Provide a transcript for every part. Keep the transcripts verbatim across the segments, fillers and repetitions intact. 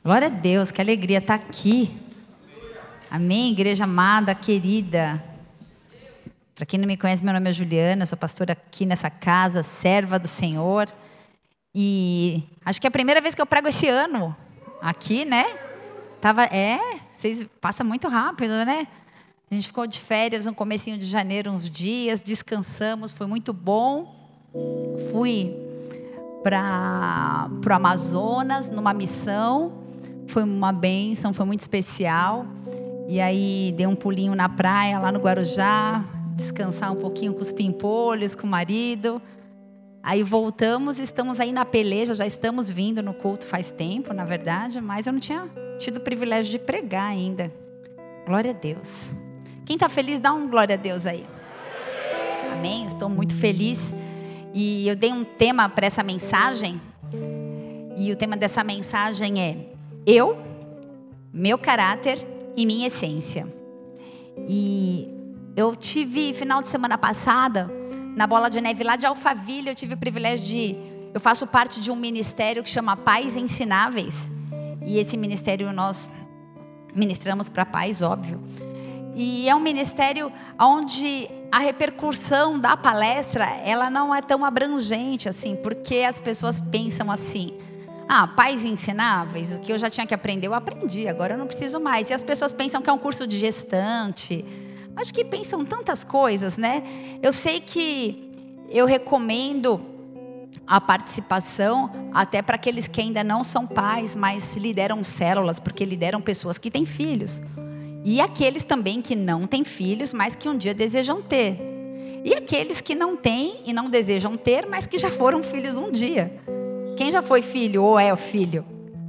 Glória a Deus, que alegria estar aqui. Amém, igreja amada, querida. Para quem não me conhece, meu nome é Juliana, sou pastora aqui nessa casa, serva do Senhor. E acho que é a primeira vez que eu prego esse ano aqui, né? Tava, é, vocês passa muito rápido, né? A gente ficou de férias no comecinho de janeiro uns dias, descansamos, foi muito bom. Fui para o Amazonas numa missão, foi uma bênção, foi muito especial. E aí dei um pulinho na praia lá no Guarujá, descansar um pouquinho com os pimpolhos, com o marido. Aí voltamos, estamos aí na peleja, já estamos vindo no culto faz tempo, na verdade, mas eu não tinha tido o privilégio de pregar ainda. Glória a Deus. Quem está feliz, dá um glória a Deus aí. Amém? Estou muito feliz. E eu dei um tema para essa mensagem. E o tema dessa mensagem é eu, meu caráter e minha essência. E eu tive, final de semana passada, na Bola de Neve lá de Alphaville, eu tive o privilégio de... Eu faço parte de um ministério que chama Pais Ensináveis. E esse ministério nós ministramos para pais, óbvio. E é um ministério onde a repercussão da palestra, ela não é tão abrangente assim, porque as pessoas pensam assim: ah, pais ensináveis, o que eu já tinha que aprender, eu aprendi, agora eu não preciso mais. E as pessoas pensam que é um curso de gestante. Acho que pensam tantas coisas, né? Eu sei que eu recomendo a participação até para aqueles que ainda não são pais, mas lideram células, porque lideram pessoas que têm filhos. E aqueles também que não têm filhos, mas que um dia desejam ter. E aqueles que não têm e não desejam ter, mas que já foram filhos um dia. Quem já foi filho ou é o filho?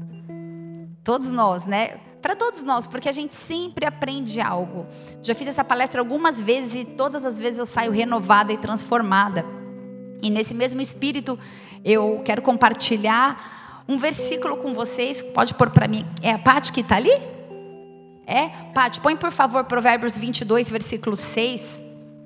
Todos nós, né? Para todos nós, porque a gente sempre aprende algo. Já fiz essa palestra algumas vezes e todas as vezes eu saio renovada e transformada. E nesse mesmo espírito, eu quero compartilhar um versículo com vocês. Pode pôr para mim. É a Paty que está ali? É? Paty, põe por favor Provérbios vinte e dois, versículo seis.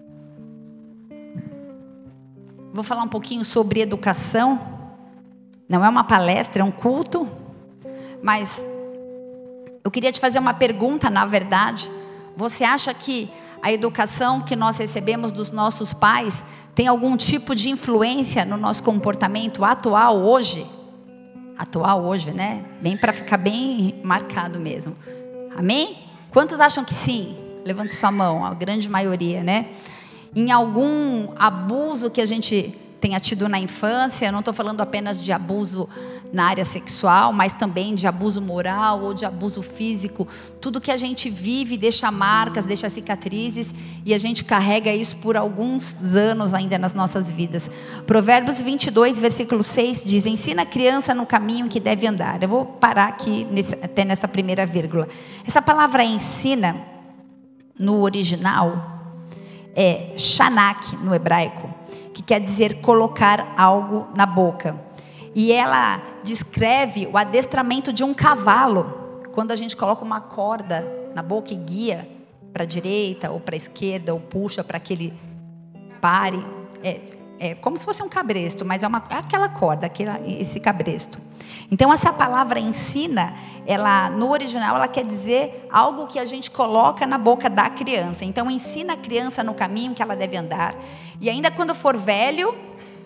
Vou falar um pouquinho sobre educação. Não é uma palestra, é um culto. Mas eu queria te fazer uma pergunta, na verdade. Você acha que a educação que nós recebemos dos nossos pais tem algum tipo de influência no nosso comportamento atual hoje? Atual hoje, né? Bem para ficar bem marcado mesmo. Amém? Quantos acham que sim? Levante sua mão, a grande maioria, né? Em algum abuso que a gente tenha tido na infância, eu não estou falando apenas de abuso na área sexual, mas também de abuso moral ou de abuso físico. Tudo que a gente vive deixa marcas, deixa cicatrizes, e a gente carrega isso por alguns anos ainda nas nossas vidas. Provérbios vinte e dois, versículo seis diz: ensina a criança no caminho que deve andar. Eu vou parar aqui nesse, até nessa primeira vírgula. Essa palavra ensina, no original, é shanak no hebraico, que quer dizer colocar algo na boca. E ela descreve o adestramento de um cavalo, quando a gente coloca uma corda na boca e guia para a direita ou para a esquerda, ou puxa para que ele pare. É, é como se fosse um cabresto, mas é, uma, é aquela corda, aquela, esse cabresto. Então essa palavra ensina, ela, no original ela quer dizer algo que a gente coloca na boca da criança. Então ensina a criança no caminho que ela deve andar. E ainda quando for velho,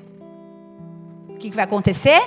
o que, que vai acontecer?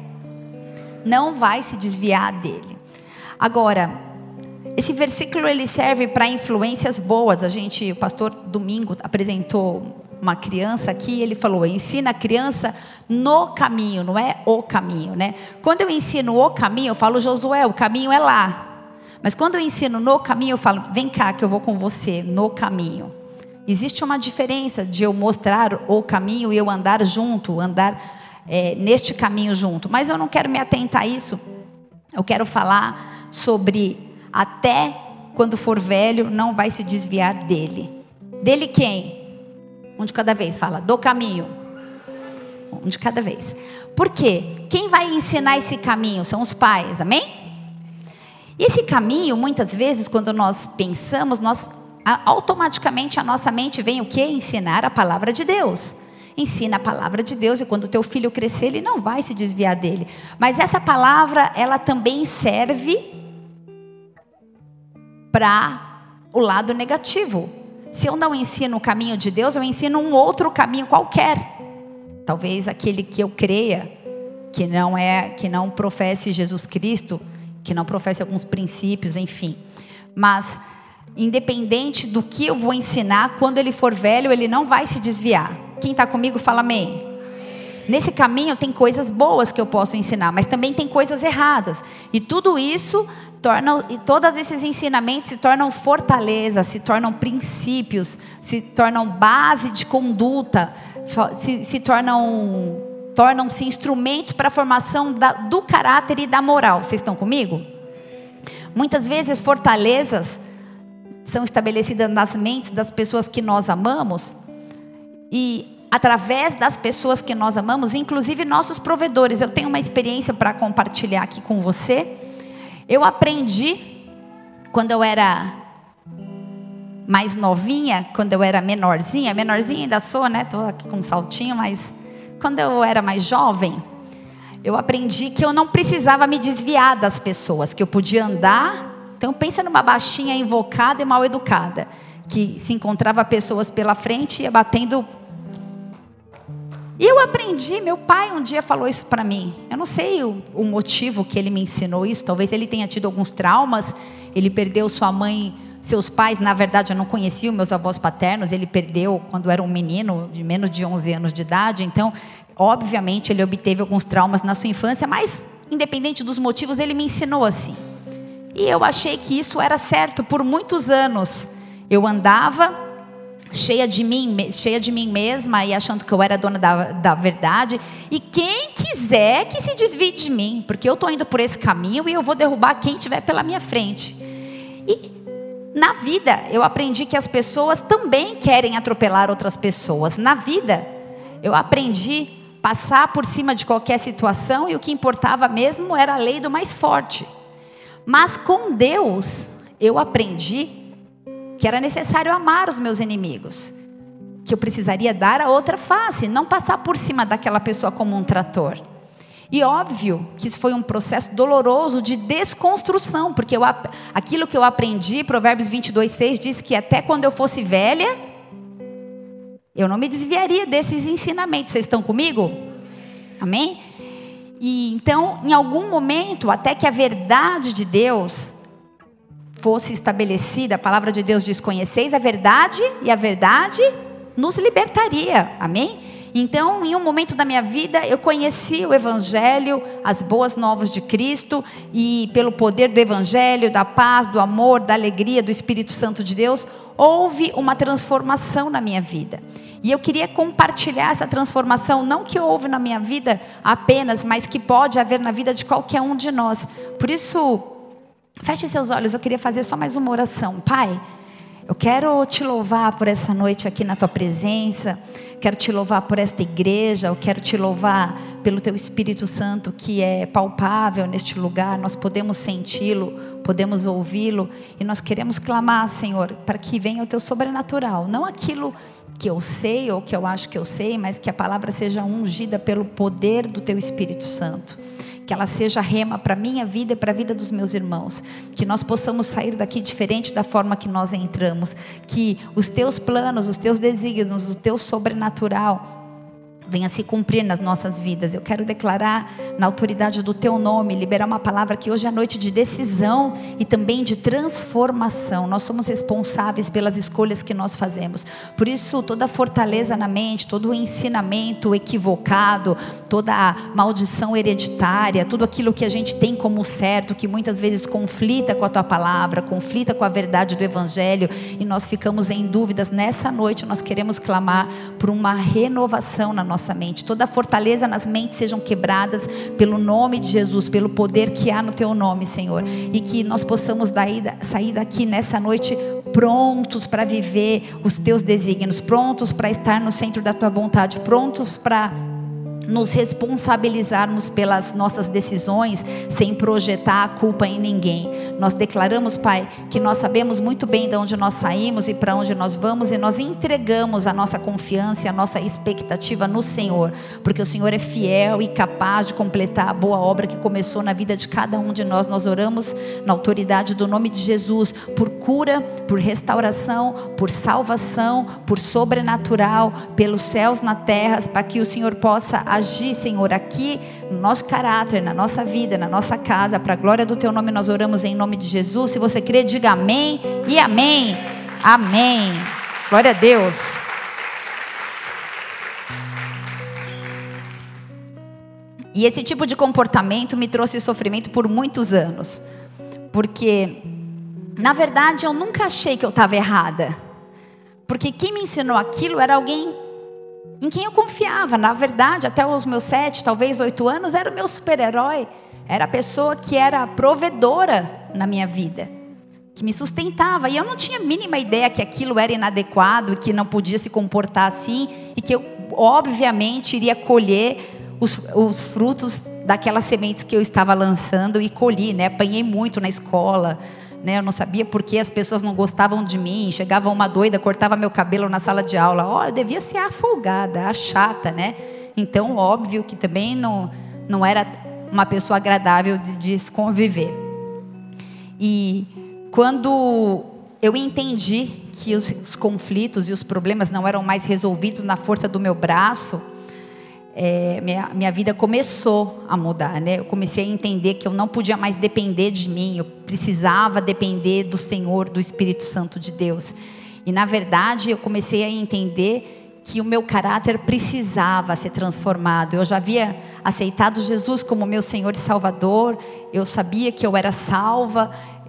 Não vai se desviar dele. Agora, esse versículo ele serve para influências boas. A gente, o pastor Domingo apresentou uma criança aqui, ele falou: ensina a criança no caminho, não é o caminho, né? Quando eu ensino o caminho, eu falo: Josué, o caminho é lá. Mas quando eu ensino no caminho, eu falo: vem cá que eu vou com você no caminho. Existe uma diferença de eu mostrar o caminho e eu andar junto, andar é, neste caminho junto. Mas eu não quero me atentar a isso. Eu quero falar sobre até quando for velho não vai se desviar dele. Dele quem? Um de cada vez, fala, do caminho. Um de cada vez. Por quê? Quem vai ensinar esse caminho são os pais, amém? E esse caminho, muitas vezes, quando nós pensamos, nós automaticamente a nossa mente vem o quê? Ensinar a palavra de Deus. ensina a palavra de Deus, e quando o teu filho crescer, ele não vai se desviar dele. Mas essa palavra, ela também serve para o lado negativo. Se eu não ensino o caminho de Deus, eu ensino um outro caminho qualquer. Talvez aquele que eu creia, que não é, que não professe Jesus Cristo, que não professe alguns princípios, enfim. Mas, independente do que eu vou ensinar, quando ele for velho, ele não vai se desviar. Quem está comigo, fala amém. Amém. Nesse caminho tem coisas boas que eu posso ensinar, mas também tem coisas erradas. E tudo isso torna, e todos esses ensinamentos se tornam fortaleza, se tornam princípios, se tornam base de conduta, se, se tornam, tornam-se instrumentos para a formação da, do caráter e da moral. Vocês estão comigo? Muitas vezes fortalezas são estabelecidas nas mentes das pessoas que nós amamos, e através das pessoas que nós amamos, inclusive nossos provedores. Eu tenho uma experiência para compartilhar aqui com você. Eu aprendi quando eu era mais novinha, quando eu era menorzinha, menorzinha ainda sou, né? Estou aqui com um saltinho, mas quando eu era mais jovem, eu aprendi que eu não precisava me desviar das pessoas, que eu podia andar. Então pensa numa baixinha invocada e mal educada, que se encontrava pessoas pela frente e ia batendo. E eu aprendi, meu pai um dia falou isso para mim. Eu não sei o, o motivo que ele me ensinou isso. Talvez ele tenha tido alguns traumas. Ele perdeu sua mãe, seus pais. Na verdade eu não conhecia os meus avós paternos. Ele perdeu quando era um menino de menos de onze anos de idade. Então, obviamente ele obteve alguns traumas na sua infância. Mas, independente dos motivos, ele me ensinou assim. E eu achei que isso era certo por muitos anos. Eu andava cheia de mim, cheia de mim mesma e achando que eu era dona da, da verdade. E quem quiser que se desvie de mim, porque eu estou indo por esse caminho e eu vou derrubar quem estiver pela minha frente. E na vida eu aprendi que as pessoas também querem atropelar outras pessoas. Na vida eu aprendi a passar por cima de qualquer situação, e o que importava mesmo era a lei do mais forte. Mas com Deus, eu aprendi que era necessário amar os meus inimigos, que eu precisaria dar a outra face, não passar por cima daquela pessoa como um trator. E óbvio que isso foi um processo doloroso de desconstrução, porque eu, aquilo que eu aprendi, Provérbios vinte e dois, seis, diz que até quando eu fosse velha, eu não me desviaria desses ensinamentos. Vocês estão comigo? Amém? E então, em algum momento, até que a verdade de Deus fosse estabelecida, a palavra de Deus diz: conheceis a verdade, e a verdade nos libertaria. Amém? Então, em um momento da minha vida, eu conheci o Evangelho, as boas novas de Cristo, e pelo poder do Evangelho, da paz, do amor, da alegria, do Espírito Santo de Deus, houve uma transformação na minha vida. E eu queria compartilhar essa transformação, não que houve na minha vida apenas, mas que pode haver na vida de qualquer um de nós. Por isso, feche seus olhos, eu queria fazer só mais uma oração. Pai, eu quero te louvar por essa noite aqui na tua presença, quero te louvar por esta igreja, eu quero te louvar pelo teu Espírito Santo, que é palpável neste lugar. Nós podemos senti-lo, podemos ouvi-lo, e nós queremos clamar, Senhor, para que venha o teu sobrenatural, não aquilo que eu sei ou que eu acho que eu sei, mas que a palavra seja ungida pelo poder do teu Espírito Santo. Que ela seja rema para a minha vida e para a vida dos meus irmãos. Que nós possamos sair daqui diferente da forma que nós entramos. Que os teus planos, os teus desígnios, o teu sobrenatural venha se cumprir nas nossas vidas. Eu quero declarar na autoridade do teu nome, liberar uma palavra que hoje é noite de decisão e também de transformação. Nós somos responsáveis pelas escolhas que nós fazemos. Por isso, toda fortaleza na mente, todo o ensinamento equivocado, toda a maldição hereditária, tudo aquilo que a gente tem como certo, que muitas vezes conflita com a tua palavra, conflita com a verdade do Evangelho, e nós ficamos em dúvidas. Nessa noite nós queremos clamar por uma renovação na nossa nossa mente, toda fortaleza nas mentes sejam quebradas pelo nome de Jesus, pelo poder que há no teu nome, Senhor, e que nós possamos daí, sair daqui nessa noite prontos para viver os teus desígnios, prontos para estar no centro da tua vontade, prontos para nos responsabilizarmos pelas nossas decisões, sem projetar a culpa em ninguém. Nós declaramos, Pai, que nós sabemos muito bem de onde nós saímos e para onde nós vamos, e nós entregamos a nossa confiança e a nossa expectativa no Senhor, porque o Senhor é fiel e capaz de completar a boa obra que começou na vida de cada um de nós. Nós oramos na autoridade do nome de Jesus, por cura, por restauração, por salvação, por sobrenatural, pelos céus na terra, para que o Senhor possa agir, Senhor, aqui no nosso caráter, na nossa vida, na nossa casa, para a glória do Teu nome. Nós oramos em nome de Jesus. Se você crê, diga amém e amém. Amém. Glória a Deus. E esse tipo de comportamento me trouxe sofrimento por muitos anos, porque na verdade eu nunca achei que eu estava errada, porque quem me ensinou aquilo era alguém em quem eu confiava. Na verdade, até os meus sete, talvez oito anos, era o meu super-herói. Era a pessoa que era provedora na minha vida, que me sustentava. E eu não tinha a mínima ideia que aquilo era inadequado, que não podia se comportar assim, e que eu, obviamente, iria colher os, os frutos daquelas sementes que eu estava lançando, e colhi, né? Apanhei muito na escola, né? Eu não sabia porque as pessoas não gostavam de mim. Chegava uma doida, cortava meu cabelo na sala de aula. Ó, oh, eu devia ser a folgada, a chata, né? Então, óbvio que também não, não era uma pessoa agradável de, de se conviver. E quando eu entendi que os, os conflitos e os problemas não eram mais resolvidos na força do meu braço, É, minha, minha vida começou a mudar, né? Eu comecei a entender que eu não podia mais depender de mim, eu precisava depender do Senhor, do Espírito Santo de Deus. E na verdade eu comecei a entender que o meu caráter precisava ser transformado. Eu já havia aceitado Jesus como meu Senhor e Salvador, eu sabia que eu era salva,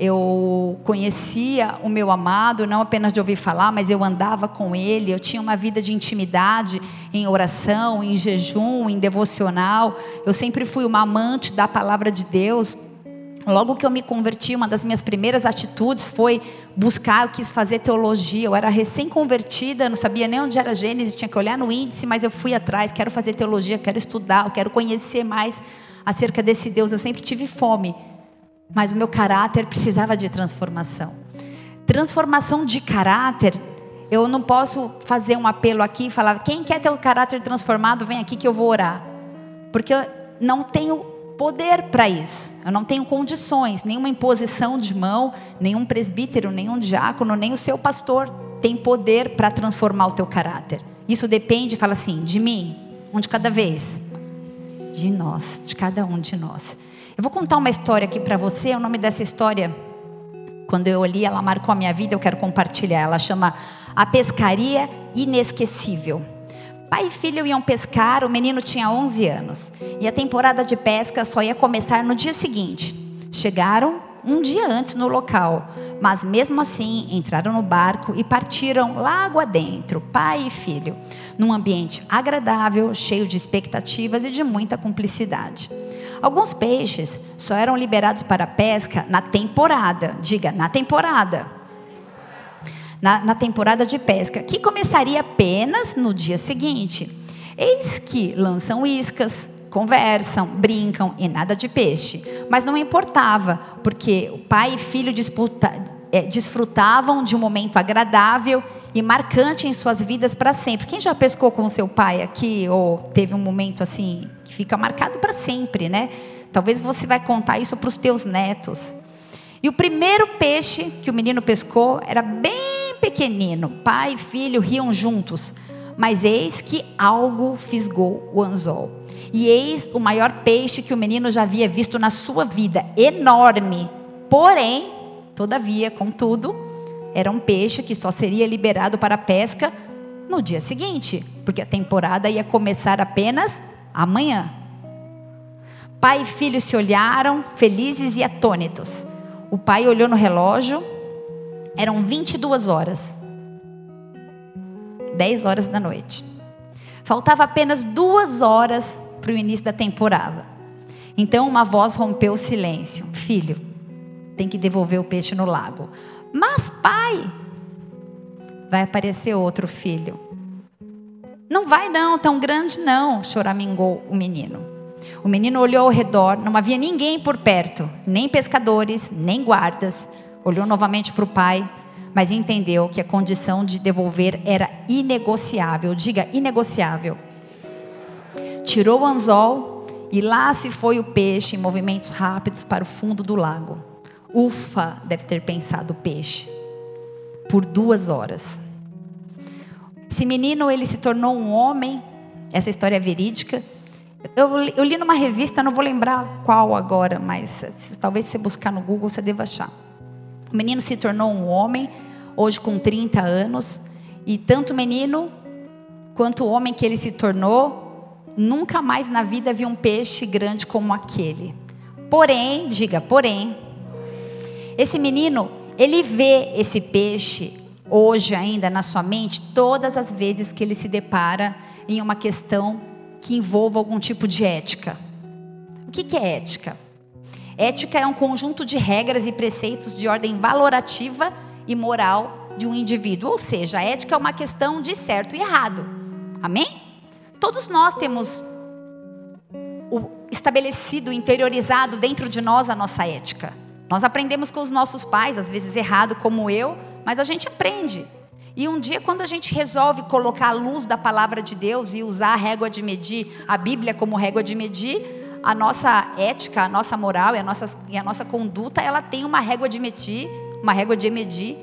eu conhecia o meu amado, não apenas de ouvir falar, mas eu andava com Ele, eu tinha uma vida de intimidade, em oração, em jejum, em devocional. Eu sempre fui uma amante da palavra de Deus. Logo que eu me converti, uma das minhas primeiras atitudes foi buscar, eu quis fazer teologia. Eu era recém-convertida, não sabia nem onde era Gênesis, tinha que olhar no índice, mas eu fui atrás, quero fazer teologia, quero estudar, eu quero conhecer mais acerca desse Deus. Eu sempre tive fome, mas o meu caráter precisava de transformação. Transformação de caráter, eu não posso fazer um apelo aqui e falar, quem quer ter o caráter transformado, vem aqui que eu vou orar. Porque eu não tenho poder para isso, eu não tenho condições, nenhuma imposição de mão, nenhum presbítero, nenhum diácono, nem o seu pastor tem poder para transformar o teu caráter. Isso depende, fala assim, de mim, um de cada vez, de nós, de cada um de nós. Eu vou contar uma história aqui para você. O nome dessa história, quando eu li, ela marcou a minha vida, eu quero compartilhar. Ela chama A Pescaria Inesquecível. Pai e filho iam pescar, o menino tinha onze anos. E a temporada de pesca só ia começar no dia seguinte. Chegaram um dia antes no local, mas mesmo assim entraram no barco e partiram lago adentro, pai e filho, num ambiente agradável, cheio de expectativas e de muita cumplicidade. Alguns peixes só eram liberados para a pesca na temporada, diga, na temporada. Na, na temporada de pesca, que começaria apenas no dia seguinte. Eis que lançam iscas, conversam, brincam e nada de peixe. Mas não importava, porque o pai e filho disputa, é, desfrutavam de um momento agradável e marcante em suas vidas para sempre. Quem já pescou com o seu pai aqui, ou teve um momento assim, que fica marcado para sempre, né? Talvez você vai contar isso para os teus netos. E o primeiro peixe que o menino pescou era bem pequenino. Pai e filho riam juntos, mas eis que algo fisgou o anzol. E eis o maior peixe que o menino já havia visto na sua vida, enorme. Porém, todavia, contudo, era um peixe que só seria liberado para a pesca no dia seguinte, porque a temporada ia começar apenas amanhã. Pai e filho se olharam, felizes e atônitos. O pai olhou no relógio, eram vinte e duas horas, dez horas da noite. Faltava apenas duas horas para o início da temporada. Então uma voz rompeu o silêncio. Filho, tem que devolver o peixe no lago. Mas pai, vai aparecer outro filho. Não vai não, tão grande não, choramingou o menino. O menino olhou ao redor, não havia ninguém por perto, nem pescadores, nem guardas. Olhou novamente para o pai, mas entendeu que a condição de devolver era inegociável. Diga, inegociável. Tirou o anzol e lá se foi o peixe em movimentos rápidos para o fundo do lago. Ufa, deve ter pensado o peixe. Por duas horas. Esse menino, ele se tornou um homem. Essa história é verídica. Eu, eu li numa revista, não vou lembrar qual agora, mas se, talvez se você buscar no Google, você deva achar. O menino se tornou um homem, hoje com trinta anos. E tanto o menino, quanto o homem que ele se tornou, nunca mais na vida viu um peixe grande como aquele. Porém, diga, porém, esse menino, ele vê esse peixe hoje ainda na sua mente, todas as vezes que ele se depara em uma questão que envolva algum tipo de ética. O que que é ética? Ética é um conjunto de regras e preceitos de ordem valorativa e moral de um indivíduo. Ou seja, a ética é uma questão de certo e errado. Amém? Todos nós temos o estabelecido, interiorizado dentro de nós a nossa ética. Nós aprendemos com os nossos pais, às vezes errado como eu, mas a gente aprende. E um dia, quando a gente resolve colocar a luz da palavra de Deus e usar a régua de medir, a Bíblia como régua de medir, a nossa ética, a nossa moral e a nossa, e a nossa conduta, ela tem uma régua de medir, uma régua de medir,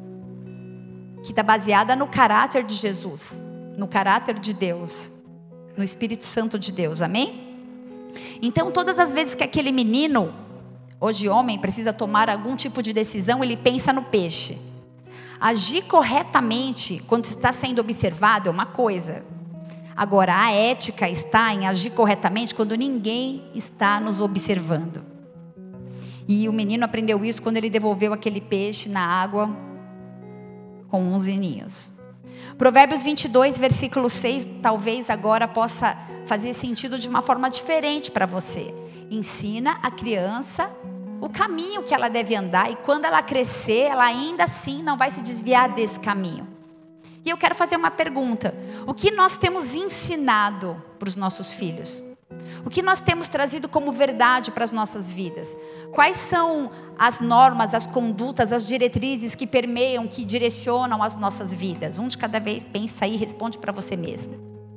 que está baseada no caráter de Jesus, no caráter de Deus, no Espírito Santo de Deus, amém? Então, todas as vezes que aquele menino, hoje homem, precisa tomar algum tipo de decisão, ele pensa no peixe. Agir corretamente quando está sendo observado é uma coisa. Agora, a ética está em agir corretamente quando ninguém está nos observando. E o menino aprendeu isso quando ele devolveu aquele peixe na água com uns ninhos. Provérbios vinte e dois, versículo seis, talvez agora possa fazer sentido de uma forma diferente para você. Ensina a criança o caminho que ela deve andar, e quando ela crescer, ela ainda assim não vai se desviar desse caminho. E eu quero fazer uma pergunta: o que nós temos ensinado para os nossos filhos? O que nós temos trazido como verdade para as nossas vidas? Quais são as normas, as condutas, as diretrizes que permeiam, que direcionam as nossas vidas? Um de cada vez, pensa aí e responde para você mesmo.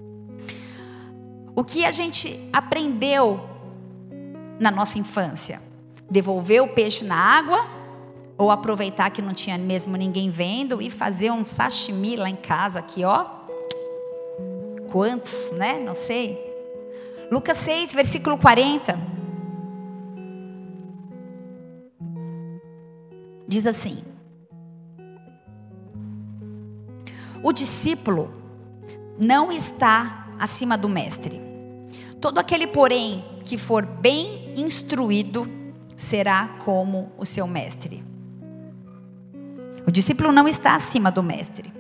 O que a gente aprendeu na nossa infância? Devolver o peixe na água? Ou aproveitar que não tinha mesmo ninguém vendo e fazer um sashimi lá em casa aqui, ó? Quantos, né? Não sei. Lucas seis, versículo quarenta. Diz assim: o discípulo não está acima do mestre. Todo aquele, porém, que for bem instruído, será como o seu mestre. O discípulo não está acima do mestre.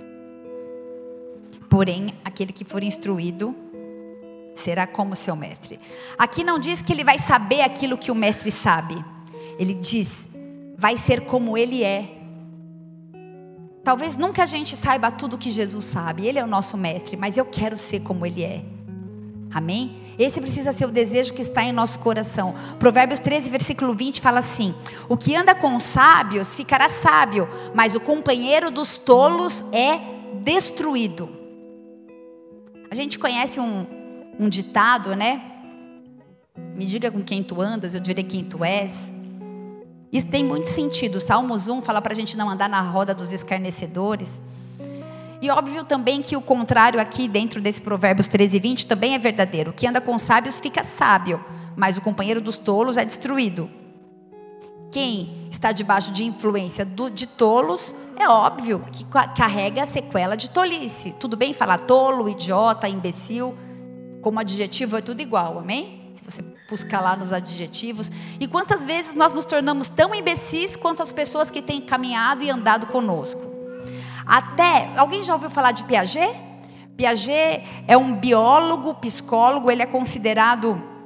Porém, aquele que for instruído será como o seu mestre. Aqui não diz que ele vai saber aquilo que o mestre sabe. Ele diz, vai ser como ele é. Talvez nunca a gente saiba tudo que Jesus sabe. Ele é o nosso mestre, mas eu quero ser como ele é. Amém? Esse precisa ser o desejo que está em nosso coração. Provérbios treze, versículo vinte fala assim: o que anda com os sábios ficará sábio, mas o companheiro dos tolos é destruído. A gente conhece um, um ditado, né? Me diga com quem tu andas, eu direi quem tu és. Isso tem muito sentido. Salmos um fala para a gente não andar na roda dos escarnecedores. E óbvio também que o contrário aqui dentro desse Provérbios treze, vinte também é verdadeiro. O que anda com sábios fica sábio, mas o companheiro dos tolos é destruído. Quem está debaixo de influência do, de tolos, é óbvio que carrega a sequela de tolice. Tudo bem falar tolo, idiota, imbecil, como adjetivo é tudo igual, amém? Se você buscar lá nos adjetivos. E quantas vezes nós nos tornamos tão imbecis quanto as pessoas que têm caminhado e andado conosco. Até, alguém já ouviu falar de Piaget? Piaget é um biólogo, psicólogo, ele é considerado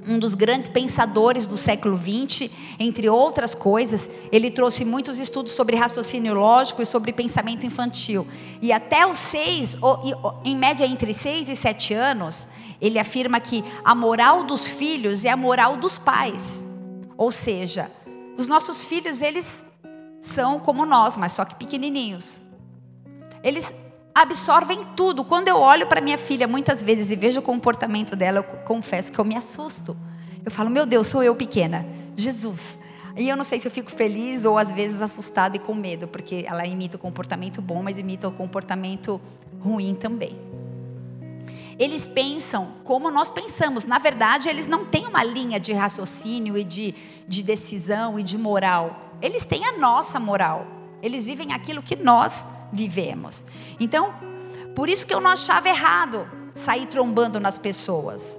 um dos grandes pensadores do século vinte, entre outras coisas. Ele trouxe muitos estudos sobre raciocínio lógico e sobre pensamento infantil. E até os seis, em média entre seis e sete anos, ele afirma que a moral dos filhos é a moral dos pais. Ou seja, os nossos filhos, eles são como nós, mas só que pequenininhos. Eles absorvem tudo. Quando eu olho para minha filha muitas vezes e vejo o comportamento dela, eu confesso que eu me assusto. Eu falo, meu Deus, sou eu pequena, Jesus. E eu não sei se eu fico feliz ou às vezes assustada e com medo, porque ela imita o comportamento bom, mas imita o comportamento ruim também. Eles pensam como nós pensamos. Na verdade, eles não têm uma linha de raciocínio e de, de decisão e de moral. Eles têm a nossa moral. Eles vivem aquilo que nós vivemos. Então, por isso que eu não achava errado sair trombando nas pessoas.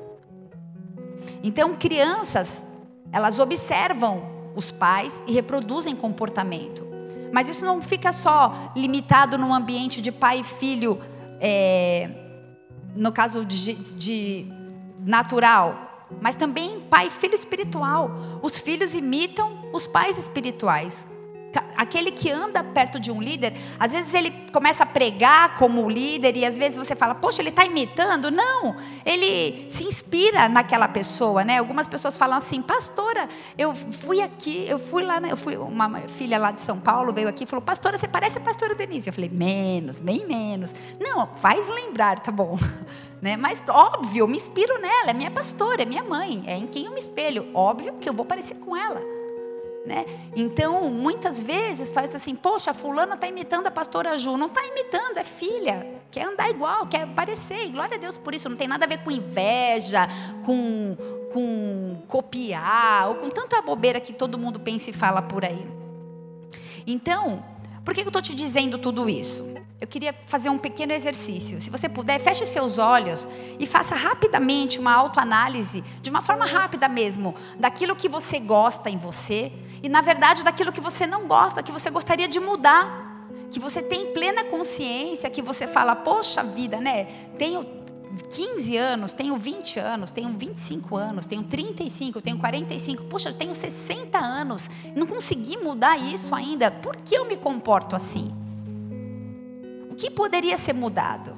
Então, crianças, elas observam os pais e reproduzem comportamento. Mas isso não fica só limitado num ambiente de pai e filho, é, no caso de, de natural, mas também pai e filho espiritual. Os filhos imitam os pais espirituais. Aquele que anda perto de um líder, às vezes ele começa a pregar como líder e às vezes você fala, poxa, ele está imitando. Não, ele se inspira naquela pessoa, né? Algumas pessoas falam assim, pastora, eu fui aqui, eu fui lá, eu fui, uma filha lá de São Paulo veio aqui e falou, pastora, você parece a pastora Denise. Eu falei, menos, bem menos. Não, faz lembrar, tá bom. Né? Mas óbvio, eu me inspiro nela, é minha pastora, é minha mãe, é em quem eu me espelho. Óbvio que eu vou parecer com ela. Né? Então, muitas vezes faz assim, poxa, fulana está imitando a pastora Ju. Não está imitando, é filha, quer andar igual, quer parecer, e glória a Deus por isso. Não tem nada a ver com inveja, com, com copiar, ou com tanta bobeira que todo mundo pensa e fala por aí. Então, por que eu estou te dizendo tudo isso? Eu queria fazer um pequeno exercício. Se você puder, feche seus olhos e faça rapidamente uma autoanálise, de uma forma rápida mesmo, daquilo que você gosta em você e, na verdade, daquilo que você não gosta, que você gostaria de mudar, que você tem plena consciência, que você fala, poxa vida, né? Tenho quinze anos, tenho vinte anos, tenho vinte e cinco anos, tenho trinta e cinco, tenho quarenta e cinco, poxa, tenho sessenta anos, não consegui mudar isso ainda. Por que eu me comporto assim? O que poderia ser mudado?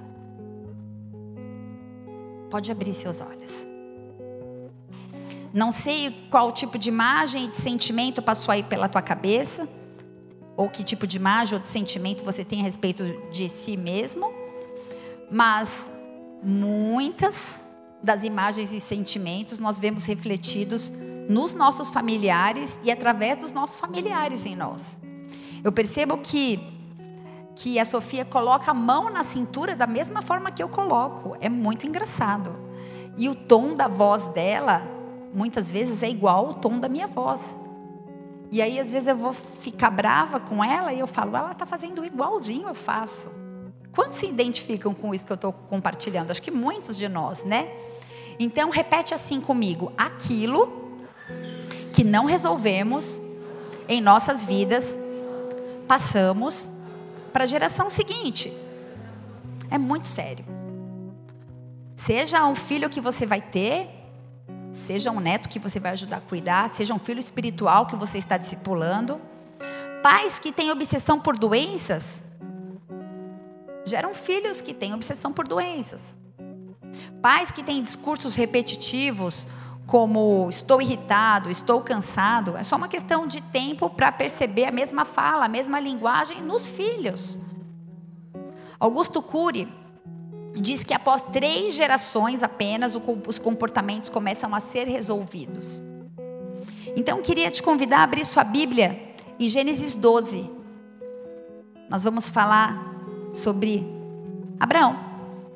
Pode abrir seus olhos. Não sei qual tipo de imagem e de sentimento passou aí pela tua cabeça, ou que tipo de imagem ou de sentimento você tem a respeito de si mesmo, mas muitas das imagens e sentimentos nós vemos refletidos nos nossos familiares e através dos nossos familiares em nós. Eu percebo que que a Sofia coloca a mão na cintura da mesma forma que eu coloco. É muito engraçado. E o tom da voz dela, muitas vezes, é igual ao tom da minha voz. E aí, às vezes, eu vou ficar brava com ela e eu falo, ela está fazendo igualzinho eu faço. Quantos se identificam com isso que eu estou compartilhando? Acho que muitos de nós, né? Então, repete assim comigo. Aquilo que não resolvemos em nossas vidas, passamos para a geração seguinte. É muito sério. Seja um filho que você vai ter, seja um neto que você vai ajudar a cuidar, seja um filho espiritual que você está discipulando. Pais que têm obsessão por doenças geram filhos que têm obsessão por doenças. Pais que têm discursos repetitivos como estou irritado, estou cansado, é só uma questão de tempo para perceber a mesma fala, a mesma linguagem nos filhos. Augusto Cury diz que após três gerações apenas os comportamentos começam a ser resolvidos. Então queria te convidar a abrir sua Bíblia em Gênesis doze. Nós vamos falar sobre Abraão.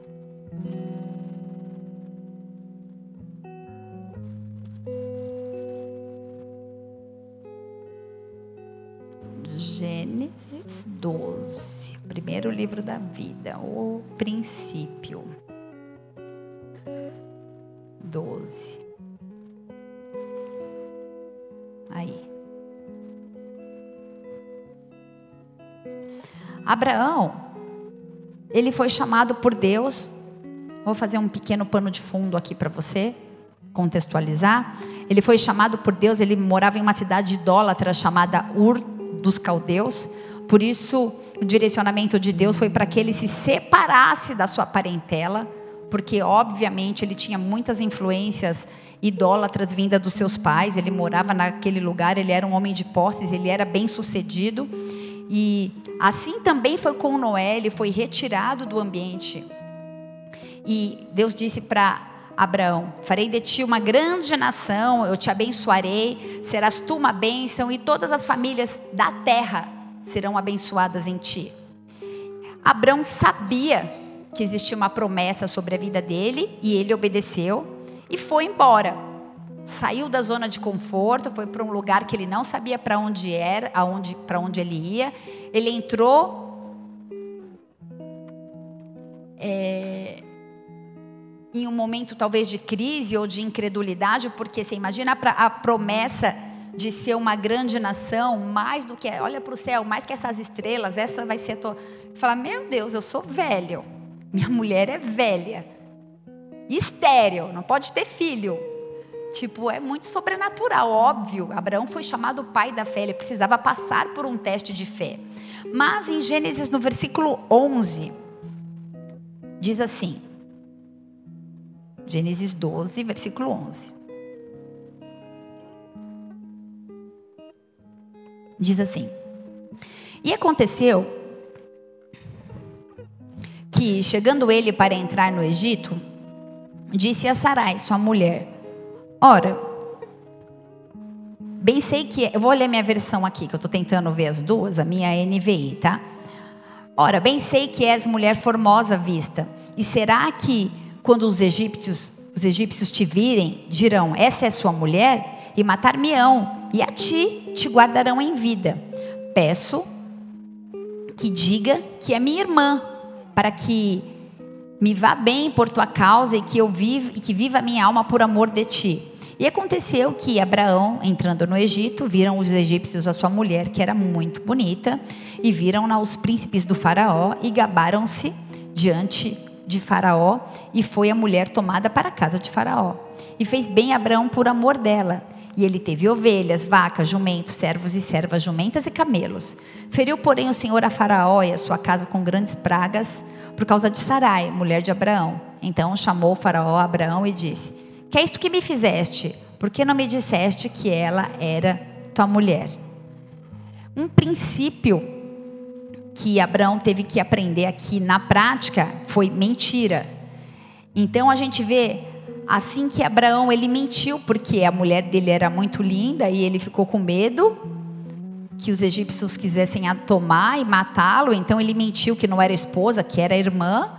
Gênesis doze, primeiro livro da vida, o princípio. doze. Aí. Abraão, ele foi chamado por Deus. Vou fazer um pequeno pano de fundo aqui para você. contextualizar, ele foi chamado por Deus, ele morava em uma cidade idólatra chamada Ur dos Caldeus. Por isso, o direcionamento de Deus foi para que ele se separasse da sua parentela, porque obviamente ele tinha muitas influências idólatras vindas dos seus pais. Ele morava naquele lugar, ele era um homem de posses, ele era bem sucedido. E assim também foi com Noé, ele foi retirado do ambiente. E Deus disse para Abraão: farei de ti uma grande nação, eu te abençoarei, serás tu uma bênção, e todas as famílias da terra serão abençoadas em ti. Abraão sabia que existia uma promessa sobre a vida dele, e ele obedeceu e foi embora. Saiu da zona de conforto, foi para um lugar que ele não sabia para onde era, aonde, para onde ele ia. Ele entrou é, em um momento talvez de crise ou de incredulidade, porque você imagina a, a promessa de ser uma grande nação, mais do que, olha para o céu, mais que essas estrelas, essa vai ser a tua... Fala, meu Deus, eu sou velho, minha mulher é velha, estéril, não pode ter filho. Tipo, é muito sobrenatural, óbvio. Abraão foi chamado pai da fé, ele precisava passar por um teste de fé. Mas em Gênesis, no versículo onze, diz assim, Gênesis doze, versículo onze. Diz assim: e aconteceu que, chegando ele para entrar no Egito, disse a Sarai, sua mulher: ora, bem sei que... Eu vou ler minha versão aqui, que eu estou tentando ver as duas, a minha é N V I, tá? Ora, bem sei que és mulher formosa à vista. E será que, quando os egípcios, os egípcios te virem, dirão, essa é sua mulher? E matar-me-ão, e a ti te guardarão em vida. Peço que diga que é minha irmã, para que me vá bem por tua causa e que eu viva, e que viva a minha alma por amor de ti. E aconteceu que Abraão, entrando no Egito, viram os egípcios a sua mulher, que era muito bonita, e viram-na os príncipes do faraó, e gabaram-se diante de faraó, e foi a mulher tomada para a casa de faraó. E fez bem Abraão por amor dela. E ele teve ovelhas, vacas, jumentos, servos e servas, jumentas e camelos. Feriu, porém, o Senhor a faraó e a sua casa com grandes pragas, por causa de Sarai, mulher de Abraão. Então chamou o faraó a Abraão e disse: que é isto que me fizeste? Por que não me disseste que ela era tua mulher? Um princípio que Abraão teve que aprender aqui na prática foi mentira. Então a gente vê assim que Abraão, ele mentiu, porque a mulher dele era muito linda e ele ficou com medo que os egípcios quisessem a tomar e matá-lo. Então ele mentiu que não era esposa, que era irmã.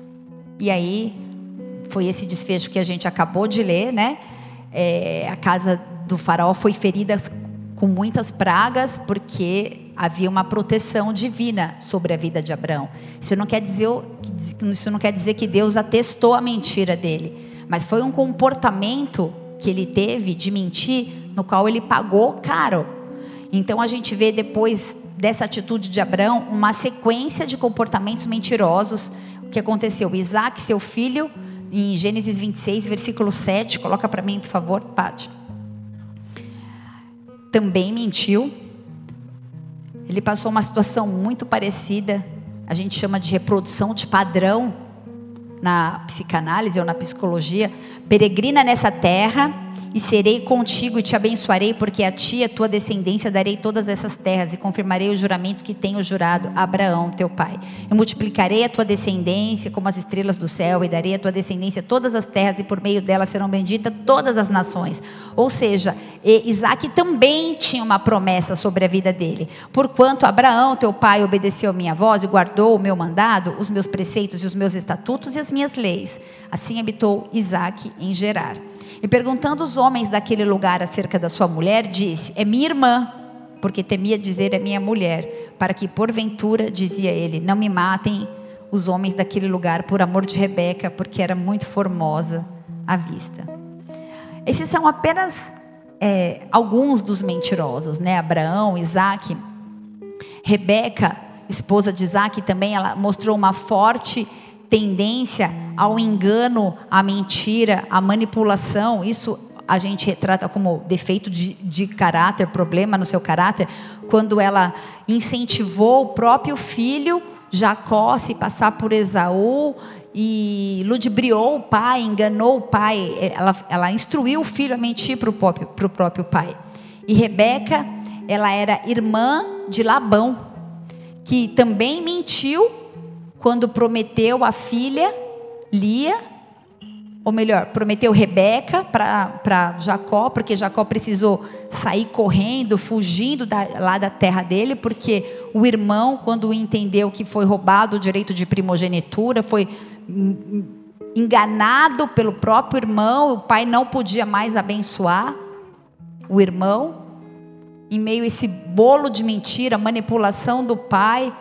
E aí foi esse desfecho que a gente acabou de ler, né? É, a casa do faraó foi ferida com muitas pragas, porque havia uma proteção divina sobre a vida de Abraão. Isso não quer dizer, isso não quer dizer que Deus atestou a mentira dele, mas foi um comportamento que ele teve de mentir, no qual ele pagou caro. Então a gente vê depois dessa atitude de Abraão uma sequência de comportamentos mentirosos. O que aconteceu? Isaac, seu filho, em Gênesis vinte e seis, versículo sete, coloca para mim, por favor, Paty. Também mentiu. Ele passou uma situação muito parecida, a gente chama de reprodução de padrão na psicanálise ou na psicologia. Peregrina nessa terra, e serei contigo e te abençoarei, porque a ti e a tua descendência darei todas essas terras, e confirmarei o juramento que tenho jurado a Abraão, teu pai. Eu multiplicarei a tua descendência como as estrelas do céu, e darei a tua descendência todas as terras, e por meio dela serão benditas todas as nações. Ou seja, Isaac também tinha uma promessa sobre a vida dele. Porquanto Abraão, teu pai, obedeceu a minha voz e guardou o meu mandado, os meus preceitos e os meus estatutos e as minhas leis. Assim habitou Isaac em Gerar. E perguntando os homens daquele lugar acerca da sua mulher, disse: é minha irmã, porque temia dizer é minha mulher, para que porventura, dizia ele, não me matem os homens daquele lugar por amor de Rebeca, porque era muito formosa à vista. Esses são apenas é, alguns dos mentirosos, né? Abraão, Isaac, Rebeca, esposa de Isaac, também ela mostrou uma forte tendência ao engano, à mentira, à manipulação. Isso a gente retrata como defeito de, de caráter, problema no seu caráter, quando ela incentivou o próprio filho Jacó a se passar por Esaú e ludibriou o pai, enganou o pai. Ela, ela instruiu o filho a mentir para o próprio, para o próprio pai. E Rebeca, ela era irmã de Labão, que também mentiu quando prometeu a filha Lia, ou melhor, prometeu Rebeca para Jacó, porque Jacó precisou sair correndo, fugindo da, lá da terra dele, porque o irmão, quando entendeu que foi roubado o direito de primogenitura, foi enganado pelo próprio irmão, o pai não podia mais abençoar o irmão. Em meio a esse bolo de mentira, manipulação do pai,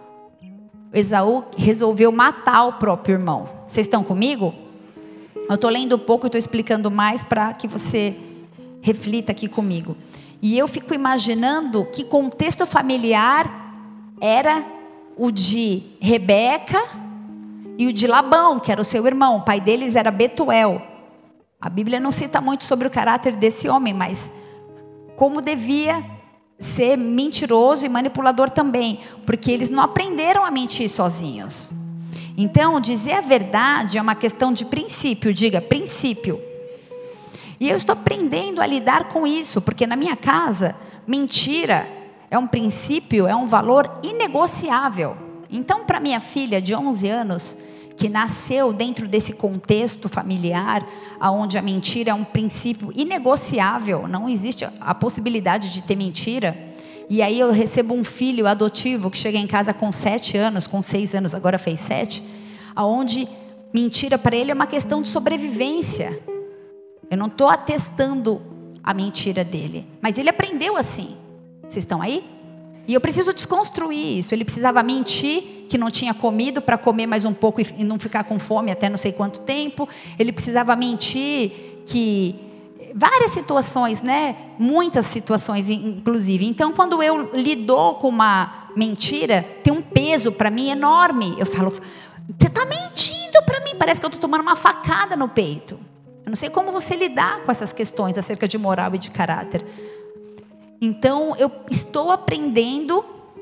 Esaú resolveu matar o próprio irmão. Vocês estão comigo? Eu estou lendo um pouco e estou explicando mais para que você reflita aqui comigo. E eu fico imaginando que contexto familiar era o de Rebeca e o de Labão, que era o seu irmão. O pai deles era Betuel. A Bíblia não cita muito sobre o caráter desse homem, mas como devia ser mentiroso e manipulador também, porque eles não aprenderam a mentir sozinhos. Então, dizer a verdade é uma questão de princípio. Diga, princípio. E eu estou aprendendo a lidar com isso, porque na minha casa, mentira é um princípio, é um valor inegociável. Então, para minha filha de onze anos, que nasceu dentro desse contexto familiar, onde a mentira é um princípio inegociável, não existe a possibilidade de ter mentira. E aí eu recebo um filho adotivo que chega em casa com sete anos, com seis anos, agora fez sete, aonde mentira para ele é uma questão de sobrevivência. Eu não estou atestando a mentira dele, mas ele aprendeu assim. Vocês estão aí? E eu preciso desconstruir isso. Ele precisava mentir que não tinha comido para comer mais um pouco e não ficar com fome até não sei quanto tempo. Ele precisava mentir que... várias situações, né? Muitas situações, inclusive. Então, quando eu lido com uma mentira, tem um peso para mim enorme. Eu falo, você está mentindo para mim. Parece que eu estou tomando uma facada no peito. Eu não sei como você lidar com essas questões acerca de moral e de caráter. Então, eu estou aprendendo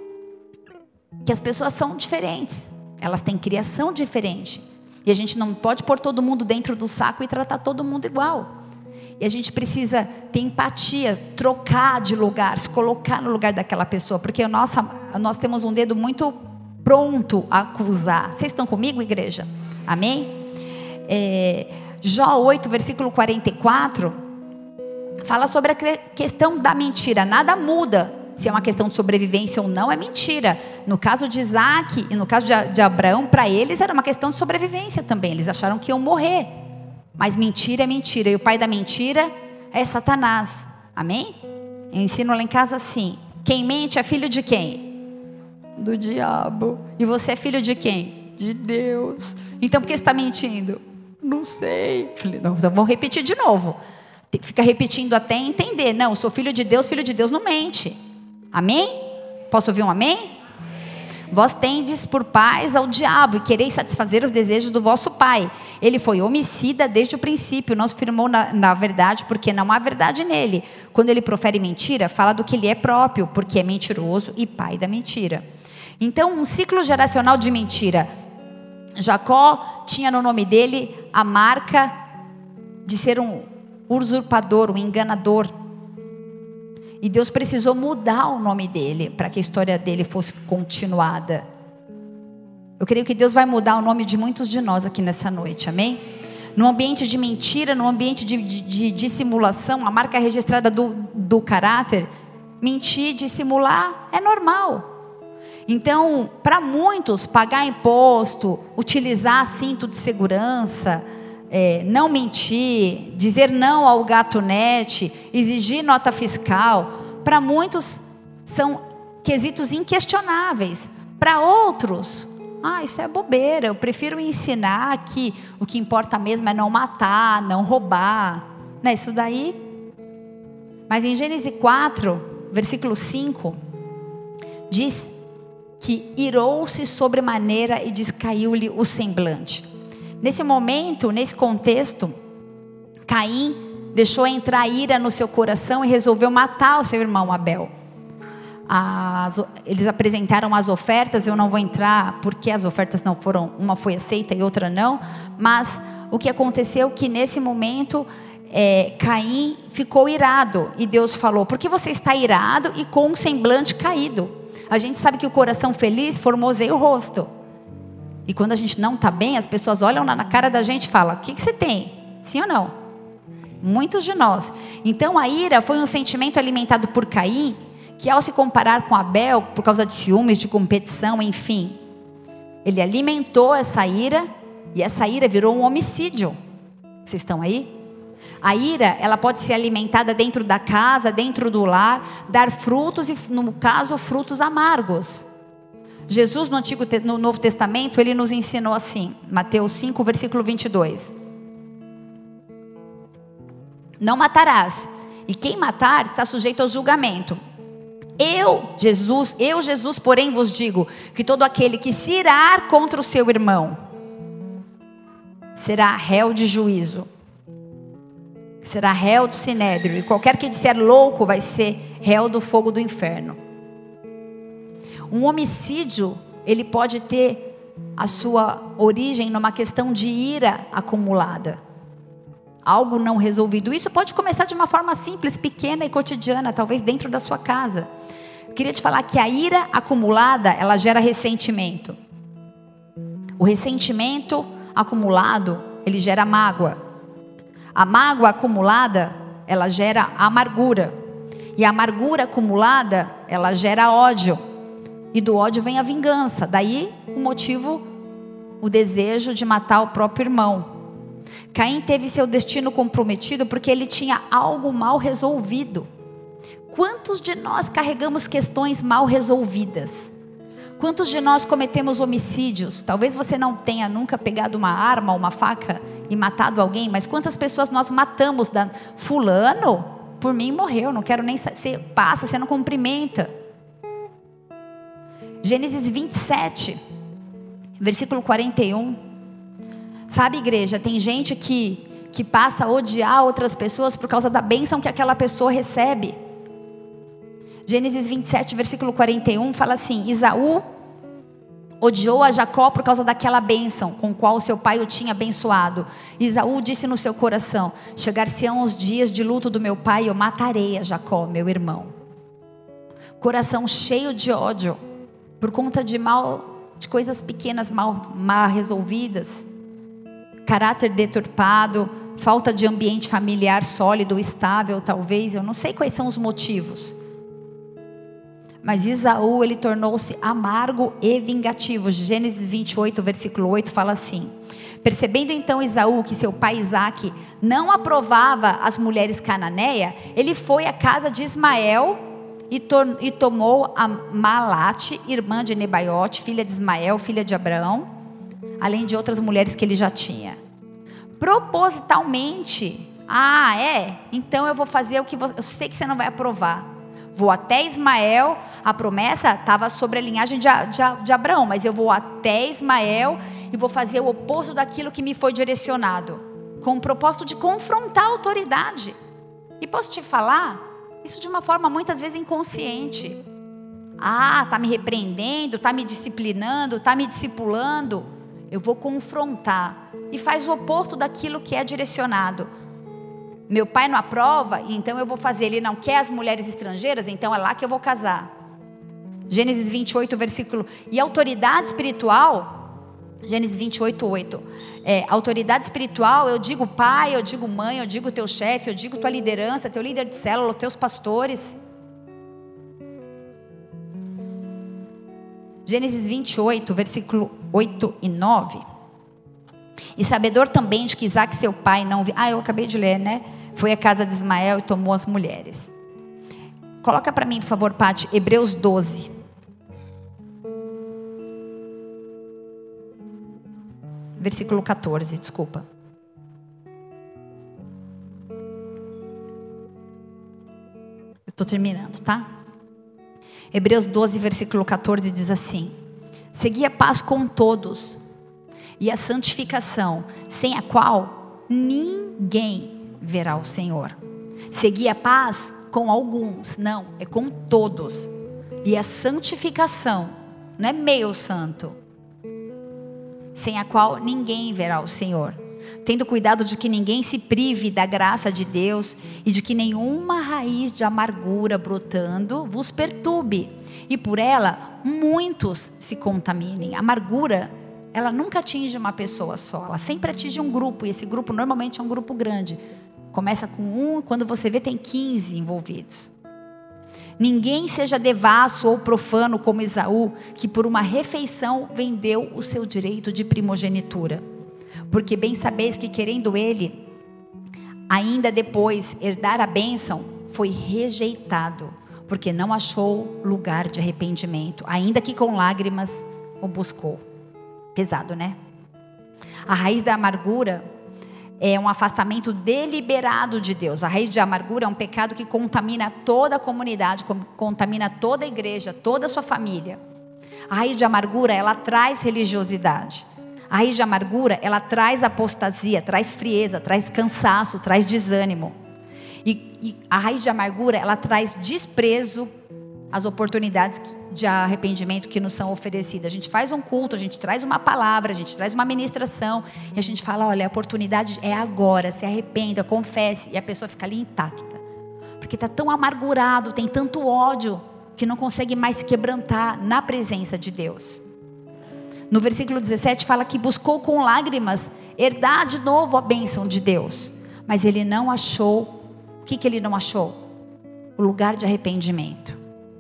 que as pessoas são diferentes. Elas têm criação diferente. E a gente não pode pôr todo mundo dentro do saco e tratar todo mundo igual. E a gente precisa ter empatia, trocar de lugar, se colocar no lugar daquela pessoa. Porque nossa, nós temos um dedo muito pronto a acusar. Vocês estão comigo, igreja? Amém? É, Jó oito, versículo quarenta e quatro, fala sobre a questão da mentira. Nada muda se é uma questão de sobrevivência ou não, é mentira. No caso de Isaac e no caso de, de Abraão, para eles era uma questão de sobrevivência também. Eles acharam que iam morrer. Mas mentira é mentira. E o pai da mentira é Satanás. Amém? Eu ensino lá em casa assim: quem mente é filho de quem? Do diabo. E você é filho de quem? De Deus. Então por que você está mentindo? Não sei. Falei, não, então vamos repetir de novo. Fica repetindo até entender. Não, eu sou filho de Deus, filho de Deus não mente. Amém? Posso ouvir um amém? Amém. Vós tendes por pais ao diabo e quereis satisfazer os desejos do vosso pai. Ele foi homicida desde o princípio, não se firmou na, na verdade, porque não há verdade nele. Quando ele profere mentira, fala do que lhe é próprio, porque é mentiroso e pai da mentira. Então, um ciclo geracional de mentira. Jacó tinha no nome dele a marca de ser um usurpador, um enganador. E Deus precisou mudar o nome dele para que a história dele fosse continuada. Eu creio que Deus vai mudar o nome de muitos de nós aqui nessa noite, amém? No ambiente de mentira, no ambiente de, de, de dissimulação, a marca registrada do, do caráter, mentir, dissimular é normal. Então, para muitos, pagar imposto, utilizar cinto de segurança, É, não mentir, dizer não ao gatunete, exigir nota fiscal, para muitos são quesitos inquestionáveis. Para outros, ah, isso é bobeira, eu prefiro ensinar que o que importa mesmo é não matar, não roubar, não é isso daí? Mas em Gênesis quatro, versículo cinco, diz que irou-se sobremaneira e descaiu-lhe o semblante. Nesse momento, nesse contexto, Caim deixou entrar ira no seu coração e resolveu matar o seu irmão Abel. As, eles apresentaram as ofertas, eu não vou entrar porque as ofertas não foram, uma foi aceita e outra não, mas o que aconteceu é que nesse momento é, Caim ficou irado e Deus falou: por que você está irado e com um semblante caído? A gente sabe que o coração feliz formoseia o rosto, e quando a gente não está bem, as pessoas olham na cara da gente e falam: o que, que você tem? Sim ou não? Muitos de nós. Então a ira foi um sentimento alimentado por Caim, que ao se comparar com Abel, por causa de ciúmes, de competição, enfim, ele alimentou essa ira, e essa ira virou um homicídio. Vocês estão aí? A ira, ela pode ser alimentada dentro da casa, dentro do lar, dar frutos, e no caso, frutos amargos. Jesus no, Antigo, no Novo Testamento, ele nos ensinou assim, Mateus cinco, versículo vinte e dois. Não matarás, e quem matar está sujeito ao julgamento. Eu, Jesus, eu, Jesus, porém vos digo, que todo aquele que se irar contra o seu irmão, será réu de juízo, será réu do sinédrio, e qualquer que disser louco vai ser réu do fogo do inferno. Um homicídio, ele pode ter a sua origem numa questão de ira acumulada, algo não resolvido. Isso pode começar de uma forma simples, pequena e cotidiana, talvez dentro da sua casa. Eu queria te falar que a ira acumulada, ela gera ressentimento. O ressentimento acumulado, ele gera mágoa. A mágoa acumulada, ela gera amargura. E a amargura acumulada, ela gera ódio. E do ódio vem a vingança. Daí o motivo, o desejo de matar o próprio irmão. Caim teve seu destino comprometido porque ele tinha algo mal resolvido. Quantos de nós carregamos questões mal resolvidas? Quantos de nós cometemos homicídios? Talvez você não tenha nunca pegado uma arma, uma faca e matado alguém, mas quantas pessoas nós matamos? Da... Fulano, por mim morreu, não quero nem saber. Você passa, você não cumprimenta. Gênesis vinte e sete, versículo quarenta e um. Sabe, igreja, tem gente que, que passa a odiar outras pessoas por causa da bênção que aquela pessoa recebe. Gênesis vinte e sete, versículo quarenta e um, fala assim: Esaú odiou a Jacó por causa daquela bênção com qual seu pai o tinha abençoado. Esaú disse no seu coração: chegar-se-ão os dias de luto do meu pai, eu matarei a Jacó, meu irmão. Coração cheio de ódio, por conta de mal, de coisas pequenas mal, mal resolvidas. Caráter deturpado, falta de ambiente familiar sólido, estável, talvez, eu não sei quais são os motivos. Mas Esaú, ele tornou-se amargo e vingativo. Gênesis vinte e oito, versículo oito, fala assim: percebendo então Esaú que seu pai Isaque não aprovava as mulheres cananeias, ele foi à casa de Ismael e, to- e tomou a Malate, irmã de Nebaiote, filha de Ismael, filha de Abraão, além de outras mulheres que ele já tinha. Propositalmente. Ah, é? Então eu vou fazer o que você... Eu sei que você não vai aprovar. Vou até Ismael. A promessa estava sobre a linhagem de, de, de Abraão, mas eu vou até Ismael e vou fazer o oposto daquilo que me foi direcionado, com o propósito de confrontar a autoridade. E posso te falar, isso de uma forma muitas vezes inconsciente. Ah, está me repreendendo, está me disciplinando, está me discipulando. Eu vou confrontar. E faz o oposto daquilo que é direcionado. Meu pai não aprova, então eu vou fazer. Ele não quer as mulheres estrangeiras, então é lá que eu vou casar. Gênesis vinte e oito, versículo. E autoridade espiritual, Gênesis vinte e oito, oito. É, autoridade espiritual, eu digo pai, eu digo mãe, eu digo teu chefe, eu digo tua liderança, teu líder de célula, teus pastores. Gênesis vinte e oito, versículo oito e nove. E sabedor também de que Isaque seu pai não... Vi... Ah, eu acabei de ler, né? Foi à casa de Ismael e tomou as mulheres. Coloca para mim, por favor, Paty, Hebreus doze. Versículo quatorze, desculpa. Eu estou terminando, tá? Hebreus doze, versículo quatorze diz assim: segui a paz com todos e a santificação, sem a qual ninguém verá o Senhor. Seguir a paz com alguns, não, é com todos. E a santificação, não é meio santo, sem a qual ninguém verá o Senhor. Tendo cuidado de que ninguém se prive da graça de Deus e de que nenhuma raiz de amargura brotando vos perturbe, e por ela muitos se contaminem. A amargura, ela nunca atinge uma pessoa só, ela sempre atinge um grupo, e esse grupo normalmente é um grupo grande. Começa com um, quando você vê tem quinze envolvidos. Ninguém seja devasso ou profano como Esaú, que por uma refeição vendeu o seu direito de primogenitura. Porque bem sabeis que querendo ele, ainda depois herdar a bênção, foi rejeitado, porque não achou lugar de arrependimento, ainda que com lágrimas o buscou. Pesado, né? A raiz da amargura é um afastamento deliberado de Deus. A raiz de amargura é um pecado que contamina toda a comunidade, contamina toda a igreja, toda a sua família. A raiz de amargura, ela traz religiosidade. A raiz de amargura, ela traz apostasia, traz frieza, traz cansaço, traz desânimo. E, e a raiz de amargura, ela traz desprezo às oportunidades de arrependimento que nos são oferecidas. A gente faz um culto, a gente traz uma palavra, a gente traz uma ministração, e a gente fala, olha, a oportunidade é agora, se arrependa, confesse, e a pessoa fica ali intacta. Porque está tão amargurado, tem tanto ódio, que não consegue mais se quebrantar na presença de Deus. No versículo dezessete fala que buscou com lágrimas herdar de novo a bênção de Deus. Mas ele não achou, o que, que ele não achou? O lugar de arrependimento.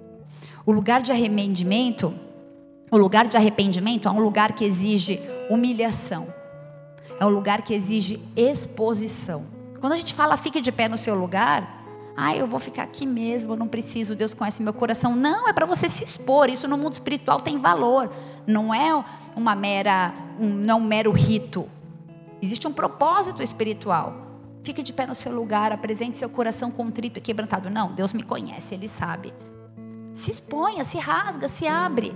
O lugar de arrependimento, o lugar de arrependimento é um lugar que exige humilhação. É um lugar que exige exposição. Quando a gente fala, fique de pé no seu lugar, ah, eu vou ficar aqui mesmo, eu não preciso, Deus conhece meu coração. Não, é para você se expor, isso no mundo espiritual tem valor. Não é uma mera, um, não um mero rito. Existe um propósito espiritual. Fique de pé no seu lugar, apresente seu coração contrito e quebrantado. Não, Deus me conhece, Ele sabe. Se exponha, se rasga, se abre.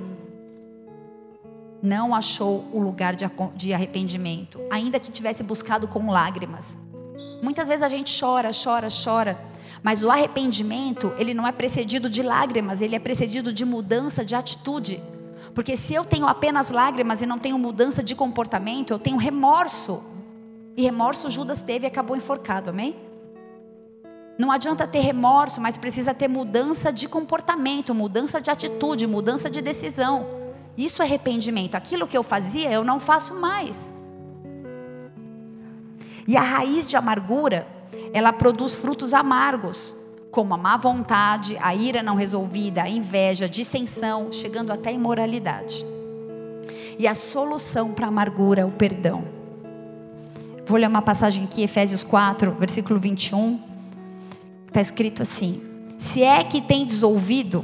Não achou o lugar de, de arrependimento, ainda que tivesse buscado com lágrimas. Muitas vezes a gente chora, chora, chora. Mas o arrependimento, ele não é precedido de lágrimas, ele é precedido de mudança de atitude. Porque se eu tenho apenas lágrimas e não tenho mudança de comportamento, eu tenho remorso. E remorso Judas teve e acabou enforcado, amém? Não adianta ter remorso, mas precisa ter mudança de comportamento, mudança de atitude, mudança de decisão. Isso é arrependimento. Aquilo que eu fazia, eu não faço mais. E a raiz de amargura, ela produz frutos amargos, como a má vontade, a ira não resolvida, a inveja, a dissensão, chegando até a imoralidade. E a solução para a amargura é o perdão. Vou ler uma passagem aqui, Efésios quatro, versículo vinte e um. Está escrito assim: se é que tendes ouvido,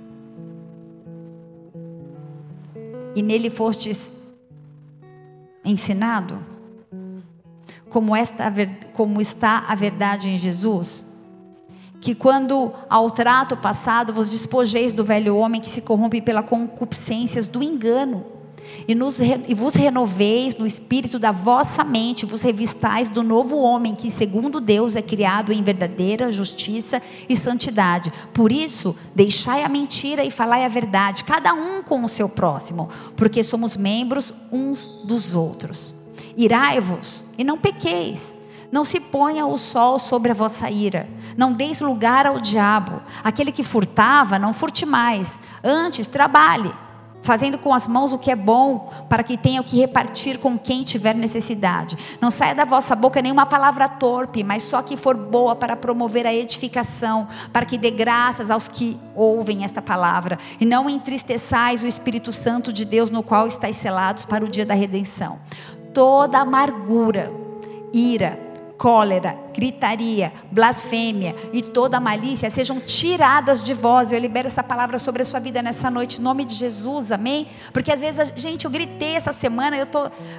e nele fostes ensinado, como, esta, como está a verdade em Jesus, que quando ao trato passado vos despojeis do velho homem que se corrompe pela concupiscências do engano, e, nos, e vos renoveis no espírito da vossa mente, vos revistais do novo homem que segundo Deus é criado em verdadeira justiça e santidade. Por isso deixai a mentira e falai a verdade, cada um com o seu próximo, porque somos membros uns dos outros. Irai-vos e não pequeis. Não se ponha o sol sobre a vossa ira. Não deis lugar ao diabo. Aquele que furtava, não furte mais. Antes, trabalhe, fazendo com as mãos o que é bom, para que tenha o que repartir com quem tiver necessidade. Não saia da vossa boca nenhuma palavra torpe, mas só que for boa para promover a edificação, para que dê graças aos que ouvem esta palavra. E não entristeçais o Espírito Santo de Deus, no qual estáis selados para o dia da redenção. Toda amargura, ira, cólera, gritaria, blasfêmia e toda malícia sejam tiradas de vós. Eu libero essa palavra sobre a sua vida nessa noite, em nome de Jesus, amém? Porque às vezes, gente, eu gritei essa semana, eu tô,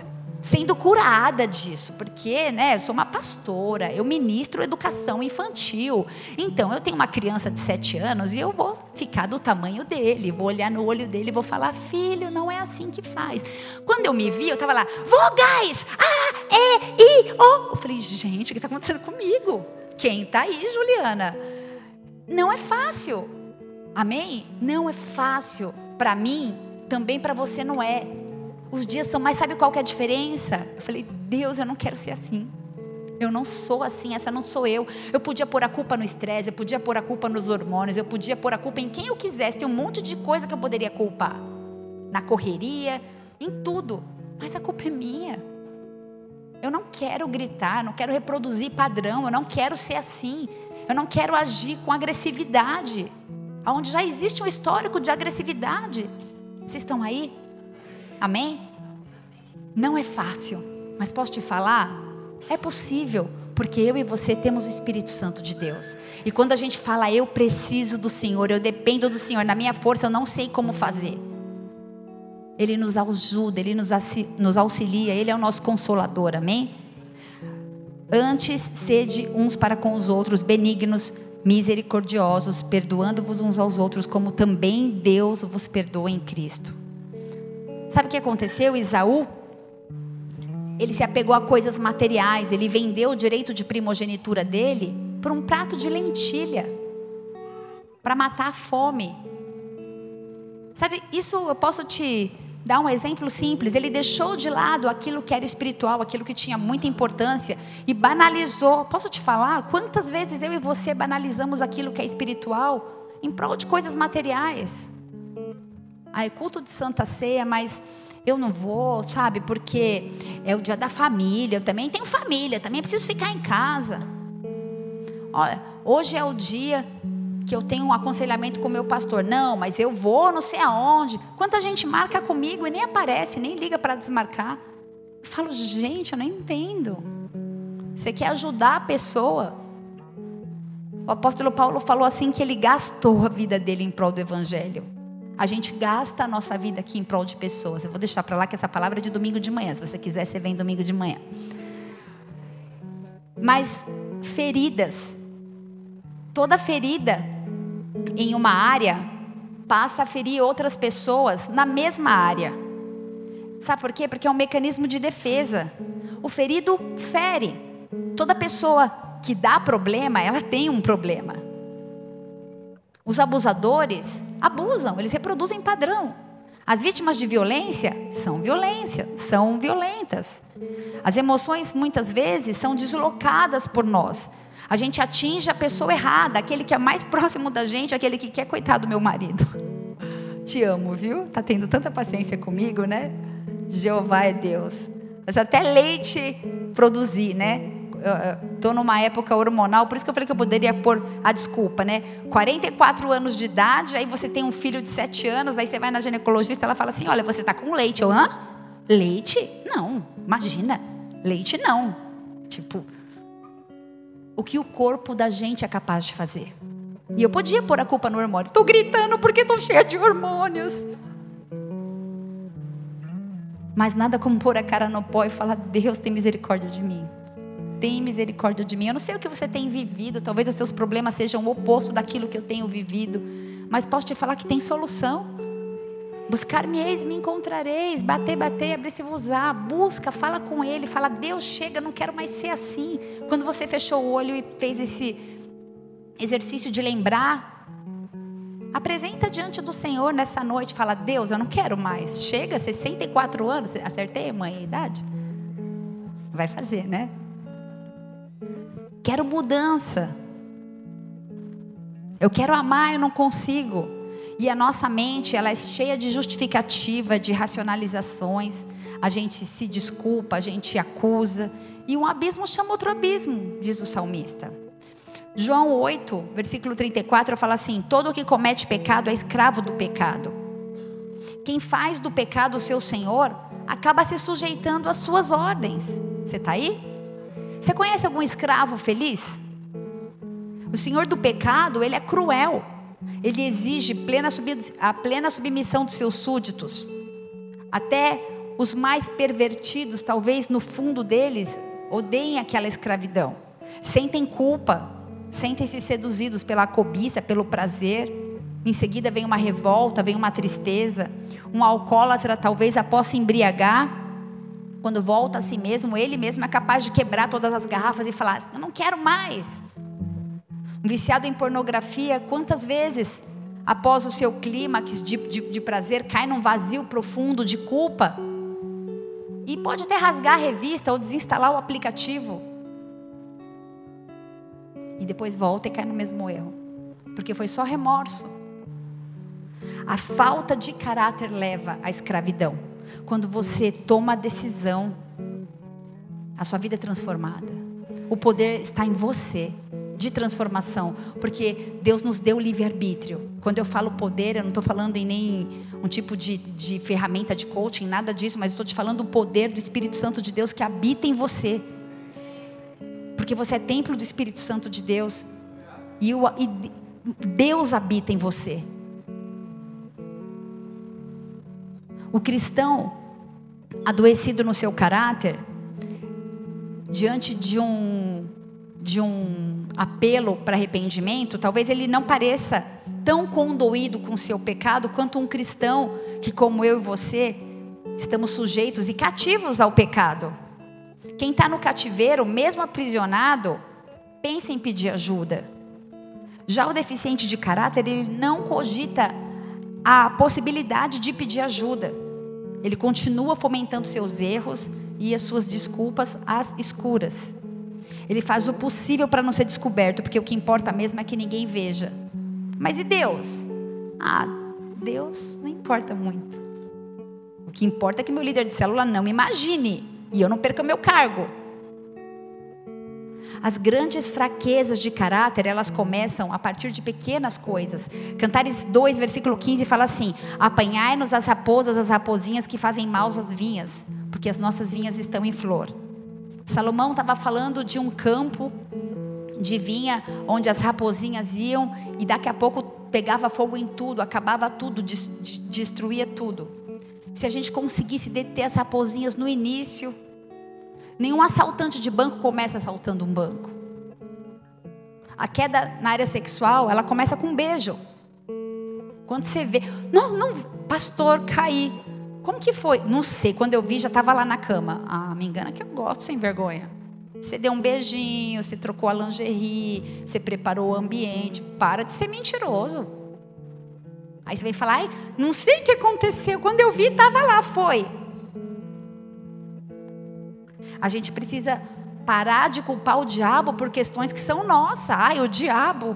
sendo curada disso, porque, né, eu sou uma pastora, eu ministro educação infantil, então eu tenho uma criança de sete anos e eu vou ficar do tamanho dele, vou olhar no olho dele e vou falar: filho, não é assim que faz. Quando eu me vi, eu estava lá, vogais, A, E, I, O. Eu falei: gente, o que está acontecendo comigo? Quem está aí, Juliana? Não é fácil, amém? Não é fácil, para mim, também para você não é. Os dias são, mas sabe qual que é a diferença? Eu falei: Deus, eu não quero ser assim. Eu não sou assim, essa não sou eu. Eu podia pôr a culpa no estresse, eu podia pôr a culpa nos hormônios, eu podia pôr a culpa em quem eu quisesse. Tem um monte de coisa que eu poderia culpar. Na correria, em tudo. Mas a culpa é minha. Eu não quero gritar, não quero reproduzir padrão, eu não quero ser assim. Eu não quero agir com agressividade. Onde já existe um histórico de agressividade. Vocês estão aí? Amém? Não é fácil, mas posso te falar? É possível, porque eu e você temos o Espírito Santo de Deus. E quando a gente fala: eu preciso do Senhor, eu dependo do Senhor, na minha força eu não sei como fazer, Ele nos ajuda, Ele nos auxilia, Ele é o nosso consolador, amém? Antes, sede uns para com os outros benignos, misericordiosos, perdoando-vos uns aos outros, como também Deus vos perdoa em Cristo. Sabe o que aconteceu? Esaú, ele se apegou a coisas materiais, ele vendeu o direito de primogenitura dele por um prato de lentilha, para matar a fome. Sabe, isso eu posso te dar um exemplo simples. Ele deixou de lado aquilo que era espiritual, aquilo que tinha muita importância, e banalizou. Posso te falar? Quantas vezes eu e você banalizamos aquilo que é espiritual em prol de coisas materiais? Ah, é culto de Santa Ceia, mas eu não vou, sabe? Porque é o dia da família. Eu também tenho família, também preciso ficar em casa. Olha, hoje é o dia que eu tenho um aconselhamento com o meu pastor. Não, mas eu vou não sei aonde. Quanta gente marca comigo e nem aparece, nem liga para desmarcar. Eu falo: gente, eu não entendo. Você quer ajudar a pessoa? O apóstolo Paulo falou assim, que ele gastou a vida dele em prol do evangelho. A gente gasta a nossa vida aqui em prol de pessoas. Eu vou deixar para lá que essa palavra é de domingo de manhã. Se você quiser, você vem domingo de manhã. Mas feridas, toda ferida em uma área passa a ferir outras pessoas na mesma área. Sabe por quê? Porque é um mecanismo de defesa. O ferido fere. Toda pessoa que dá problema, ela tem um problema. Os abusadores abusam, eles reproduzem padrão. As vítimas de violência são violência, são violentas. As emoções muitas vezes são deslocadas por nós. A gente atinge a pessoa errada, aquele que é mais próximo da gente, aquele que quer, coitado do meu marido. Te amo, viu? Tá tendo tanta paciência comigo, né? Jeová é Deus. Mas até leite produzir, né? Estou numa época hormonal, por isso que eu falei que eu poderia pôr a desculpa, né? quarenta e quatro anos de idade, aí você tem um filho de sete anos, aí você vai na ginecologista, ela fala assim: olha, você está com leite. Eu, hã? Leite? Não, imagina, leite não. Tipo, o que o corpo da gente é capaz de fazer. E eu podia pôr a culpa no hormônio. Estou gritando porque estou cheia de hormônios. Mas nada como pôr a cara no pó e falar: Deus, tem misericórdia de mim. Tem misericórdia de mim. Eu não sei o que você tem vivido, talvez os seus problemas sejam o oposto daquilo que eu tenho vivido, mas posso te falar que tem solução. Buscar-me-eis, me encontrareis. Bater, bater, abrir-se-vos-á. Busca, fala com Ele, fala: Deus, chega, não quero mais ser assim. Quando você fechou o olho e fez esse exercício de lembrar, apresenta diante do Senhor nessa noite, fala: Deus, eu não quero mais. Chega, sessenta e quatro anos, acertei, mãe, a idade? Vai fazer, né? Quero mudança. Eu quero amar, eu não consigo. E a nossa mente, ela é cheia de justificativa, de racionalizações. A gente se desculpa, a gente acusa. E um abismo chama outro abismo, diz o salmista. João oito, versículo trinta e quatro, fala assim: todo o que comete pecado é escravo do pecado. Quem faz do pecado o seu senhor, acaba se sujeitando às suas ordens. Você está aí? Você conhece algum escravo feliz? O senhor do pecado, ele é cruel. Ele exige plena sub, a plena submissão dos seus súditos. Até os mais pervertidos, talvez no fundo deles, odeiem aquela escravidão. Sentem culpa, sentem-se seduzidos pela cobiça, pelo prazer. Em seguida vem uma revolta, vem uma tristeza. Um alcoólatra, talvez após se embriagar, quando volta a si mesmo, ele mesmo é capaz de quebrar todas as garrafas e falar: eu não quero mais. Um viciado em pornografia, quantas vezes, após o seu clímax de, de, de prazer, cai num vazio profundo de culpa, e pode até rasgar a revista ou desinstalar o aplicativo, e depois volta e cai no mesmo erro, porque foi só remorso. A falta de caráter leva à escravidão. Quando você toma a decisão, a sua vida é transformada. O poder está em você, de transformação, porque Deus nos deu livre-arbítrio. Quando eu falo poder, eu não estou falando em nem um tipo de, de ferramenta de coaching, nada disso, mas estou te falando do poder do Espírito Santo de Deus que habita em você, porque você é templo do Espírito Santo de Deus, e, o, e Deus habita em você. O cristão adoecido no seu caráter, diante de um, de um apelo para arrependimento, talvez ele não pareça tão condoído com o seu pecado quanto um cristão que, como eu e você, estamos sujeitos e cativos ao pecado. Quem está no cativeiro, mesmo aprisionado, pensa em pedir ajuda. Já o deficiente de caráter, ele não cogita a possibilidade de pedir ajuda. Ele continua fomentando seus erros e as suas desculpas às escuras. Ele faz o possível para não ser descoberto, porque o que importa mesmo é que ninguém veja. Mas e Deus? Ah, Deus não importa muito. O que importa é que meu líder de célula não me imagine e eu não perca meu cargo. As grandes fraquezas de caráter, elas começam a partir de pequenas coisas. Cantares dois, versículo quinze, fala assim: apanhai-nos as raposas, as raposinhas que fazem mal às vinhas, porque as nossas vinhas estão em flor. Salomão estava falando de um campo de vinha, onde as raposinhas iam, e daqui a pouco pegava fogo em tudo, acabava tudo, destruía tudo. Se a gente conseguisse deter as raposinhas no início, nenhum assaltante de banco começa assaltando um banco. A queda na área sexual, ela começa com um beijo. Quando você vê, não, não, pastor, caí. Como que foi? Não sei, quando eu vi já estava lá na cama. Ah, me engana que eu gosto sem vergonha. Você deu um beijinho, você trocou a lingerie, você preparou o ambiente. Para de ser mentiroso. Aí você vem falar: ai, não sei o que aconteceu, quando eu vi estava lá, foi. A gente precisa parar de culpar o diabo por questões que são nossas. Ai, o diabo.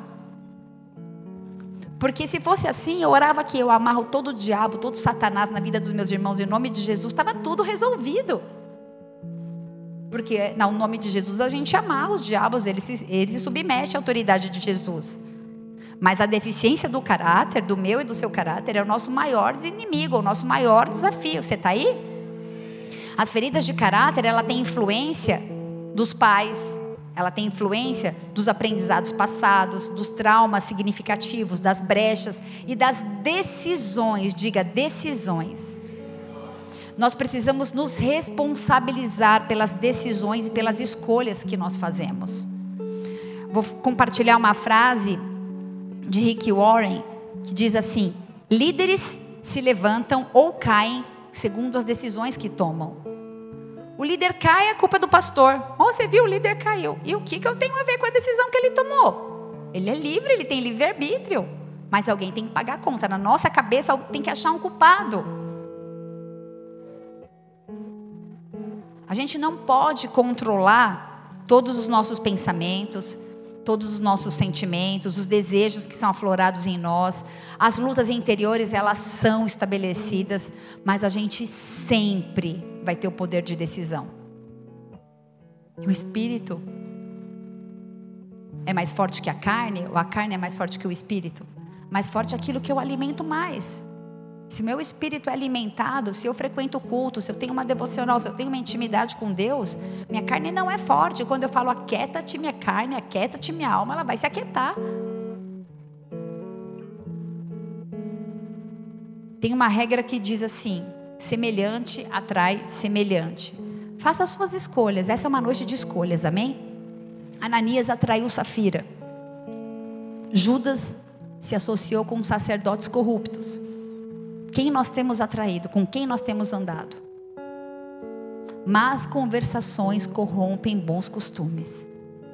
Porque se fosse assim, eu orava que eu amarro todo o diabo, todo Satanás na vida dos meus irmãos, em nome de Jesus, estava tudo resolvido. Porque no nome de Jesus a gente amarra os diabos, eles se, eles se submetem à autoridade de Jesus. Mas a deficiência do caráter, do meu e do seu caráter, é o nosso maior inimigo, o nosso maior desafio. Você está aí? As feridas de caráter, ela tem influência dos pais, ela tem influência dos aprendizados passados, dos traumas significativos, das brechas e das decisões. Diga, decisões. Nós precisamos nos responsabilizar pelas decisões e pelas escolhas que nós fazemos. Vou compartilhar uma frase de Rick Warren, que diz assim: líderes se levantam ou caem segundo as decisões que tomam. O líder cai, é culpa do pastor. Oh, você viu, o líder caiu. E o que, que eu tenho a ver com a decisão que ele tomou? Ele é livre, ele tem livre-arbítrio. Mas alguém tem que pagar a conta. Na nossa cabeça tem que achar um culpado. A gente não pode controlar todos os nossos pensamentos, todos os nossos sentimentos, os desejos que são aflorados em nós. As lutas interiores, elas são estabelecidas, mas a gente sempre vai ter o poder de decisão. E o espírito é mais forte que a carne, ou a carne é mais forte que o espírito? Mais forte é aquilo que eu alimento mais. Se o meu espírito é alimentado, se eu frequento o culto, se eu tenho uma devocional, se eu tenho uma intimidade com Deus, minha carne não é forte. Quando eu falo aquieta-te minha carne, aquieta-te minha alma, ela vai se aquietar. Tem uma regra que diz assim: Semelhante atrai semelhante. Faça as suas escolhas. Essa é uma noite de escolhas, amém? Ananias atraiu Safira. Judas se associou com sacerdotes corruptos. Quem nós temos atraído? Com quem nós temos andado? Más conversações corrompem bons costumes.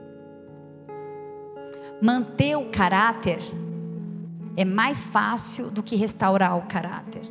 Manter o caráter é mais fácil do que restaurar o caráter.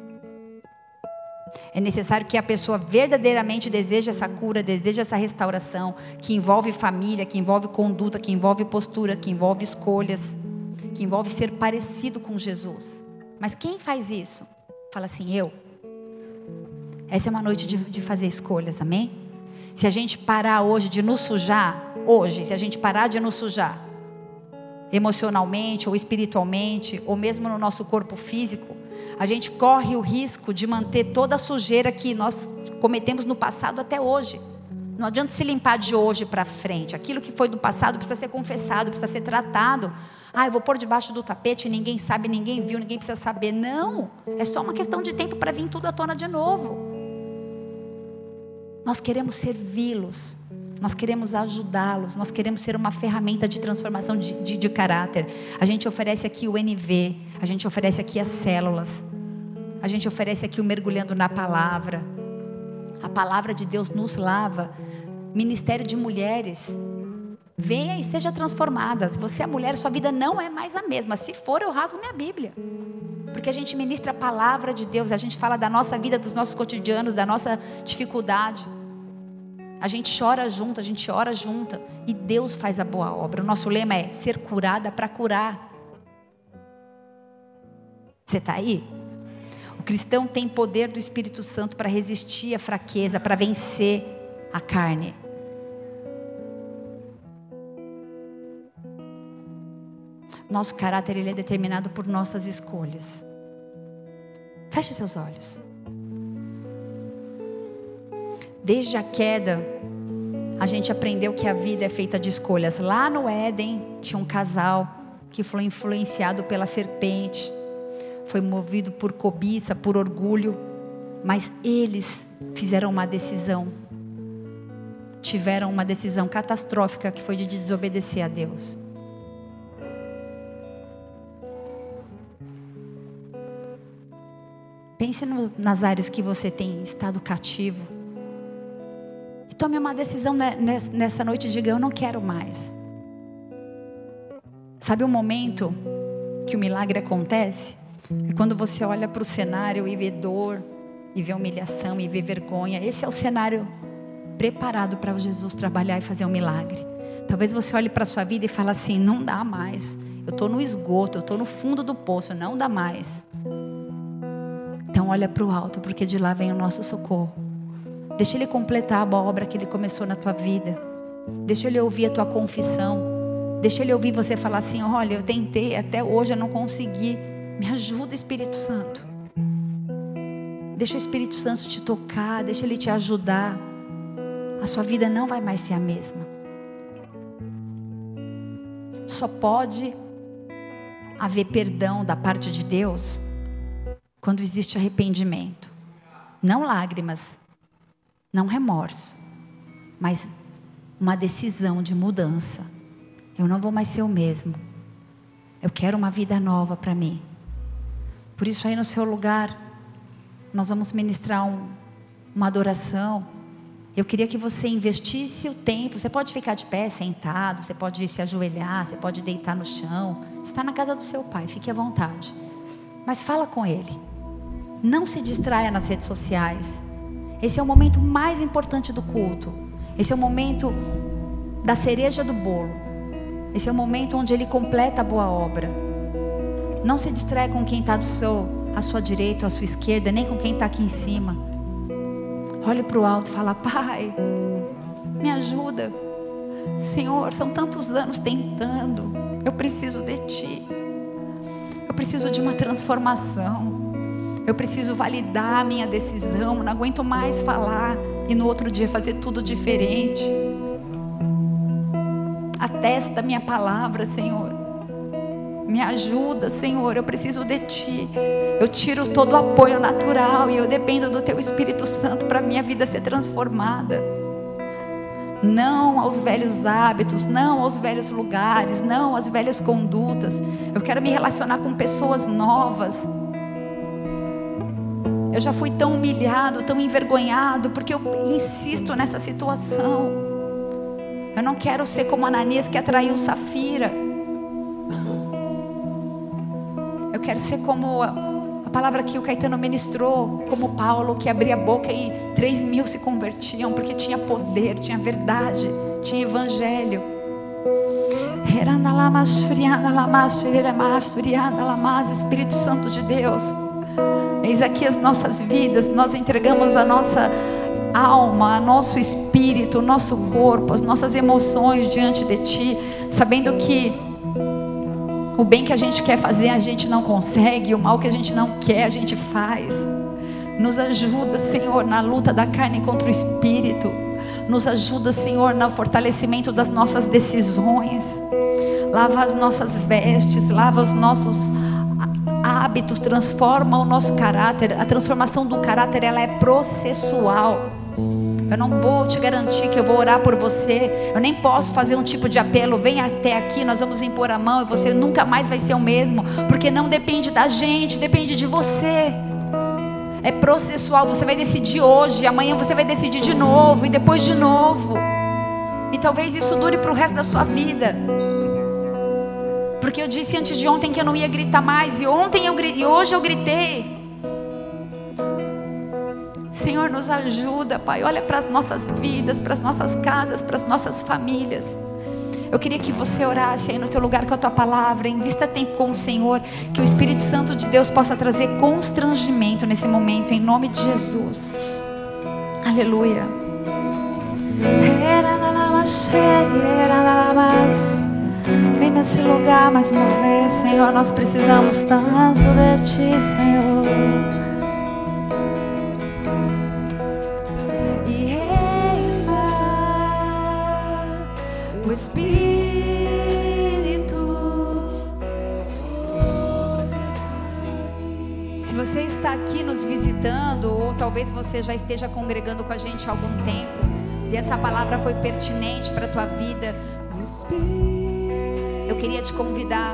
É necessário que a pessoa verdadeiramente deseje essa cura, deseje essa restauração, que envolve família, que envolve conduta, que envolve postura, que envolve escolhas, que envolve ser parecido com Jesus. Mas quem faz isso? Fala assim, eu. Essa é uma noite de, de fazer escolhas, amém? Se a gente parar hoje de nos sujar, hoje, se a gente parar de nos sujar, emocionalmente ou espiritualmente, ou mesmo no nosso corpo físico, a gente corre o risco de manter toda a sujeira que nós cometemos no passado até hoje. Não adianta se limpar de hoje para frente. Aquilo que foi do passado precisa ser confessado, precisa ser tratado. Ah, eu vou pôr debaixo do tapete, ninguém sabe, ninguém viu, ninguém precisa saber. Não, é só uma questão de tempo para vir tudo à tona de novo. Nós queremos servi-los, nós queremos ajudá-los, nós queremos ser uma ferramenta de transformação de, de, de caráter. A gente oferece aqui o N V, a gente oferece aqui as células, a gente oferece aqui o mergulhando na palavra. A palavra de Deus nos lava. Ministério de mulheres, venha e seja transformada. Se você é mulher, sua vida não é mais a mesma. Se for, eu rasgo minha Bíblia, porque a gente ministra a palavra de Deus. A gente fala da nossa vida, dos nossos cotidianos, da nossa dificuldade. A gente chora junto, a gente ora junto, e Deus faz a boa obra. O nosso lema é ser curada para curar. Você está aí? O cristão tem poder do Espírito Santo para resistir à fraqueza, para vencer a carne. Nosso caráter, ele é determinado por nossas escolhas. Feche seus olhos. Desde a queda, a gente aprendeu que a vida é feita de escolhas. Lá no Éden, tinha um casal que foi influenciado pela serpente, foi movido por cobiça, por orgulho, mas eles fizeram uma decisão, tiveram uma decisão catastrófica, que foi de desobedecer a Deus. Pense no, nas áreas que você tem estado cativo. E tome uma decisão nessa noite e diga, eu não quero mais. Sabe o momento que o milagre acontece? É quando você olha para o cenário e vê dor, e vê humilhação, e vê vergonha. Esse é o cenário preparado para Jesus trabalhar e fazer um milagre. Talvez você olhe para a sua vida e fale assim, não dá mais. Eu estou no esgoto, eu estou no fundo do poço, não dá mais. Então olha para o alto, porque de lá vem o nosso socorro. Deixa Ele completar a obra que Ele começou na tua vida. Deixa Ele ouvir a tua confissão. Deixa Ele ouvir você falar assim, olha, eu tentei, até hoje eu não consegui. Me ajuda, Espírito Santo. Deixa o Espírito Santo te tocar, deixa Ele te ajudar. A sua vida não vai mais ser a mesma. Só pode haver perdão da parte de Deus quando existe arrependimento. Não lágrimas, não remorso, mas uma decisão de mudança. Eu não vou mais ser o mesmo. Eu quero uma vida nova para mim. Por isso aí no seu lugar, nós vamos ministrar um, uma adoração. Eu queria que você investisse o tempo. Você pode ficar de pé, sentado, você pode se ajoelhar, você pode deitar no chão. Você está na casa do seu pai, fique à vontade. Mas fala com Ele. Não se distraia nas redes sociais. Esse é o momento mais importante do culto. Esse é o momento da cereja do bolo. Esse é o momento onde Ele completa a boa obra. Não se distraia com quem está à sua direita ou à sua esquerda, nem com quem está aqui em cima. Olhe para o alto e fala, Pai, me ajuda. Senhor, são tantos anos tentando. Eu preciso de Ti. Eu preciso de uma transformação. Eu preciso validar a minha decisão. Não aguento mais falar e no outro dia fazer tudo diferente. Atesta a minha palavra, Senhor. Me ajuda, Senhor, eu preciso de Ti. Eu tiro todo o apoio natural e eu dependo do Teu Espírito Santo para a minha vida ser transformada. Não aos velhos hábitos, não aos velhos lugares, não às velhas condutas. Eu quero me relacionar com pessoas novas. Eu já fui tão humilhado, tão envergonhado, porque eu insisto nessa situação. Eu não quero ser como Ananias que atraiu Safira. Eu quero ser como a, a palavra que o Caetano ministrou, como Paulo, que abria a boca e três mil se convertiam, porque tinha poder, tinha verdade, tinha evangelho. Espírito Santo de Deus, eis aqui as nossas vidas. Nós entregamos a nossa alma, o nosso espírito, o nosso corpo, as nossas emoções diante de Ti, sabendo que o bem que a gente quer fazer a gente não consegue, o mal que a gente não quer a gente faz. Nos ajuda, Senhor, na luta da carne contra o espírito. Nos ajuda, Senhor, no fortalecimento das nossas decisões. Lava as nossas vestes, lava os nossos hábitos, transforma o nosso caráter. A transformação do caráter, ela é processual. Eu não vou te garantir que eu vou orar por você. Eu nem posso fazer um tipo de apelo: vem até aqui, nós vamos impor a mão e você nunca mais vai ser o mesmo. Porque não depende da gente, depende de você. É processual. Você vai decidir hoje, amanhã você vai decidir de novo, e depois de novo. E talvez isso dure para o resto da sua vida. Porque eu disse antes de ontem que eu não ia gritar mais, e ontem eu e hoje eu gritei. Senhor, nos ajuda, Pai. Olha para as nossas vidas, para as nossas casas, para as nossas famílias. Eu queria que você orasse aí no teu lugar com a tua palavra. Invista tempo com o Senhor, que o Espírito Santo de Deus possa trazer constrangimento nesse momento, em nome de Jesus. Aleluia. Vem nesse lugar mais uma vez, Senhor. Nós precisamos tanto de Ti, Senhor. O Espírito. Se você está aqui nos visitando, ou talvez você já esteja congregando com a gente há algum tempo, e essa palavra foi pertinente para a tua vida, eu queria te convidar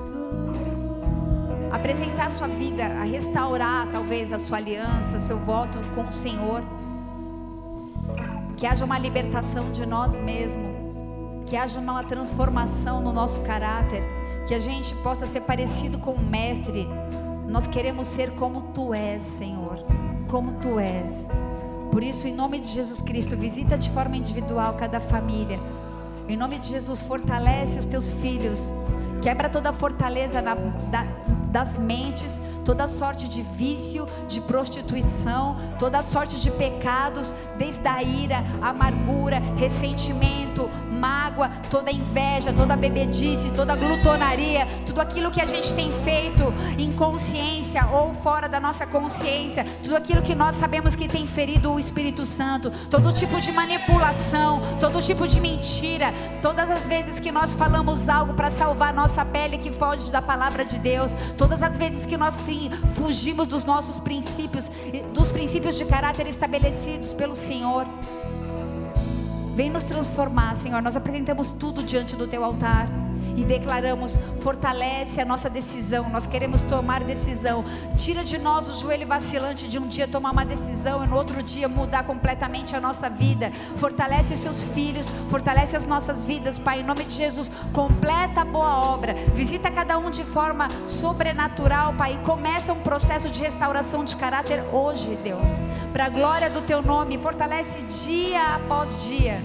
a apresentar a sua vida, a restaurar talvez a sua aliança, seu voto com o Senhor. Que haja uma libertação de nós mesmos, que haja uma transformação no nosso caráter, que a gente possa ser parecido com o Mestre. Nós queremos ser como Tu és, Senhor, como Tu és. Por isso, em nome de Jesus Cristo, visita de forma individual cada família. Em nome de Jesus, fortalece os Teus filhos, quebra toda a fortaleza na, da, das mentes, toda sorte de vício, de prostituição, toda sorte de pecados, desde a ira, amargura, ressentimento, mágoa, toda inveja, toda bebedice, toda glutonaria, tudo aquilo que a gente tem feito em consciência ou fora da nossa consciência, tudo aquilo que nós sabemos que tem ferido o Espírito Santo, todo tipo de manipulação, todo tipo de mentira, todas as vezes que nós falamos algo para salvar nossa pele que foge da palavra de Deus, todas as vezes que nós sim, fugimos dos nossos princípios, dos princípios de caráter estabelecidos pelo Senhor. Vem nos transformar, Senhor. Nós apresentamos tudo diante do Teu altar e declaramos: fortalece a nossa decisão. Nós queremos tomar decisão. Tira de nós o joelho vacilante de um dia tomar uma decisão e no outro dia mudar completamente a nossa vida. Fortalece os Seus filhos, fortalece as nossas vidas, Pai, em nome de Jesus. Completa a boa obra. Visita cada um de forma sobrenatural, Pai, e começa um processo de restauração de caráter hoje, Deus, para a glória do Teu nome. Fortalece dia após dia.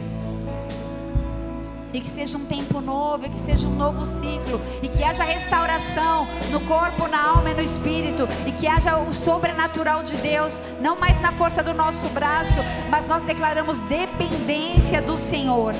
E que seja um tempo novo, e que seja um novo ciclo, e que haja restauração no corpo, na alma e no espírito, e que haja o sobrenatural de Deus, não mais na força do nosso braço, mas nós declaramos dependência do Senhor.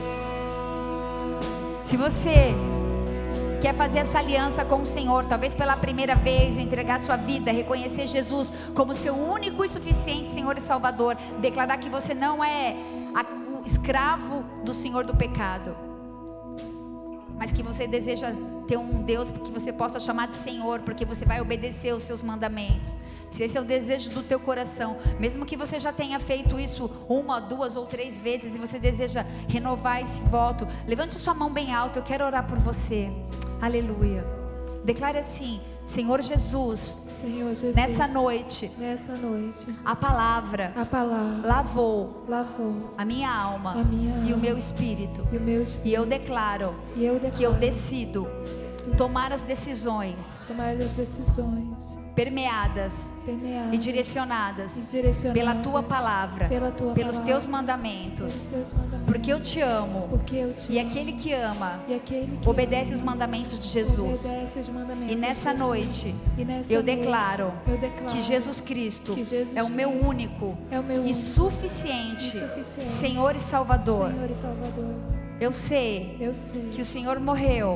Se você quer fazer essa aliança com o Senhor, talvez pela primeira vez, entregar sua vida, reconhecer Jesus como seu único e suficiente Senhor e Salvador, declarar que você não é a escravo do senhor do pecado, mas que você deseja ter um Deus que você possa chamar de Senhor, porque você vai obedecer os seus mandamentos. Se esse é o desejo do teu coração, mesmo que você já tenha feito isso uma, duas ou três vezes, e você deseja renovar esse voto, levante sua mão bem alta, eu quero orar por você. Aleluia. Declare assim: Senhor Jesus, Senhor Jesus, nessa noite, nessa noite, a palavra, a palavra lavou, lavou a minha alma, a minha e alma, o meu espírito, e o meu espírito, e eu declaro, e eu declaro que eu decido tomar as decisões tomar as decisões permeadas permeadas e direcionadas, e direcionadas pela tua palavra, pela tua pelos palavra, teus mandamentos, pelos teus mandamentos, porque eu te amo, porque eu te e amo, aquele que ama e aquele que obedece ama, os mandamentos de Jesus. obedece os mandamentos E nessa de Jesus. noite E nessa eu noite, declaro eu declaro que Jesus Cristo que Jesus é o meu Cristo único é o meu e único suficiente e suficiente Senhor e Salvador. Senhor e Salvador. Eu sei Eu sei que o Senhor morreu,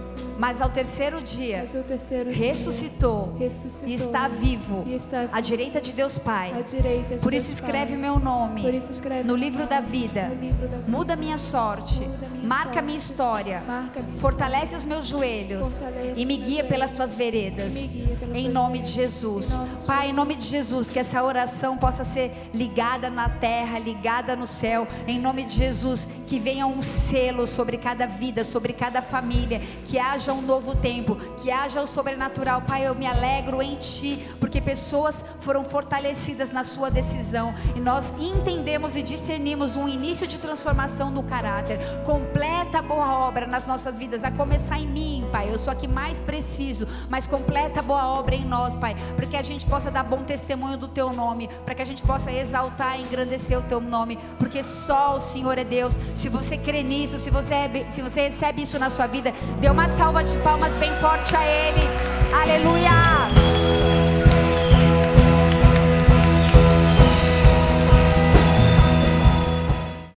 mas ao terceiro dia mas o terceiro ressuscitou, dia, ressuscitou e está vivo e está à direita de Deus Pai. à direita de Por Deus isso escreve Pai. meu nome Por isso escreve no meu livro nome da vida. no livro da vida. Muda minha sorte, Muda minha marca sorte. minha história, Marca minha fortalece os meus joelhos Fortalece e me os guia meus pelas joelhos. tuas veredas. E me guia pelas Em tuas nome de veredas. Jesus. Em nome de Pai, em Jesus. nome de Jesus, que essa oração possa ser ligada na terra, ligada no céu. Em nome de Jesus, que venha um selo sobre cada vida, sobre cada família, que haja um novo tempo, que haja o sobrenatural. Pai, eu me alegro em Ti, porque pessoas foram fortalecidas na sua decisão, e nós entendemos e discernimos um início de transformação no caráter. Completa a boa obra nas nossas vidas, a começar em mim, Pai. Eu sou a que mais preciso, mas completa a boa obra em nós, Pai, para que a gente possa dar bom testemunho do Teu nome, para que a gente possa exaltar e engrandecer o Teu nome, porque só o Senhor é Deus. Se você crê nisso, se você, se você recebe isso na sua vida, dê uma salva de palmas bem forte a Ele. Aleluia!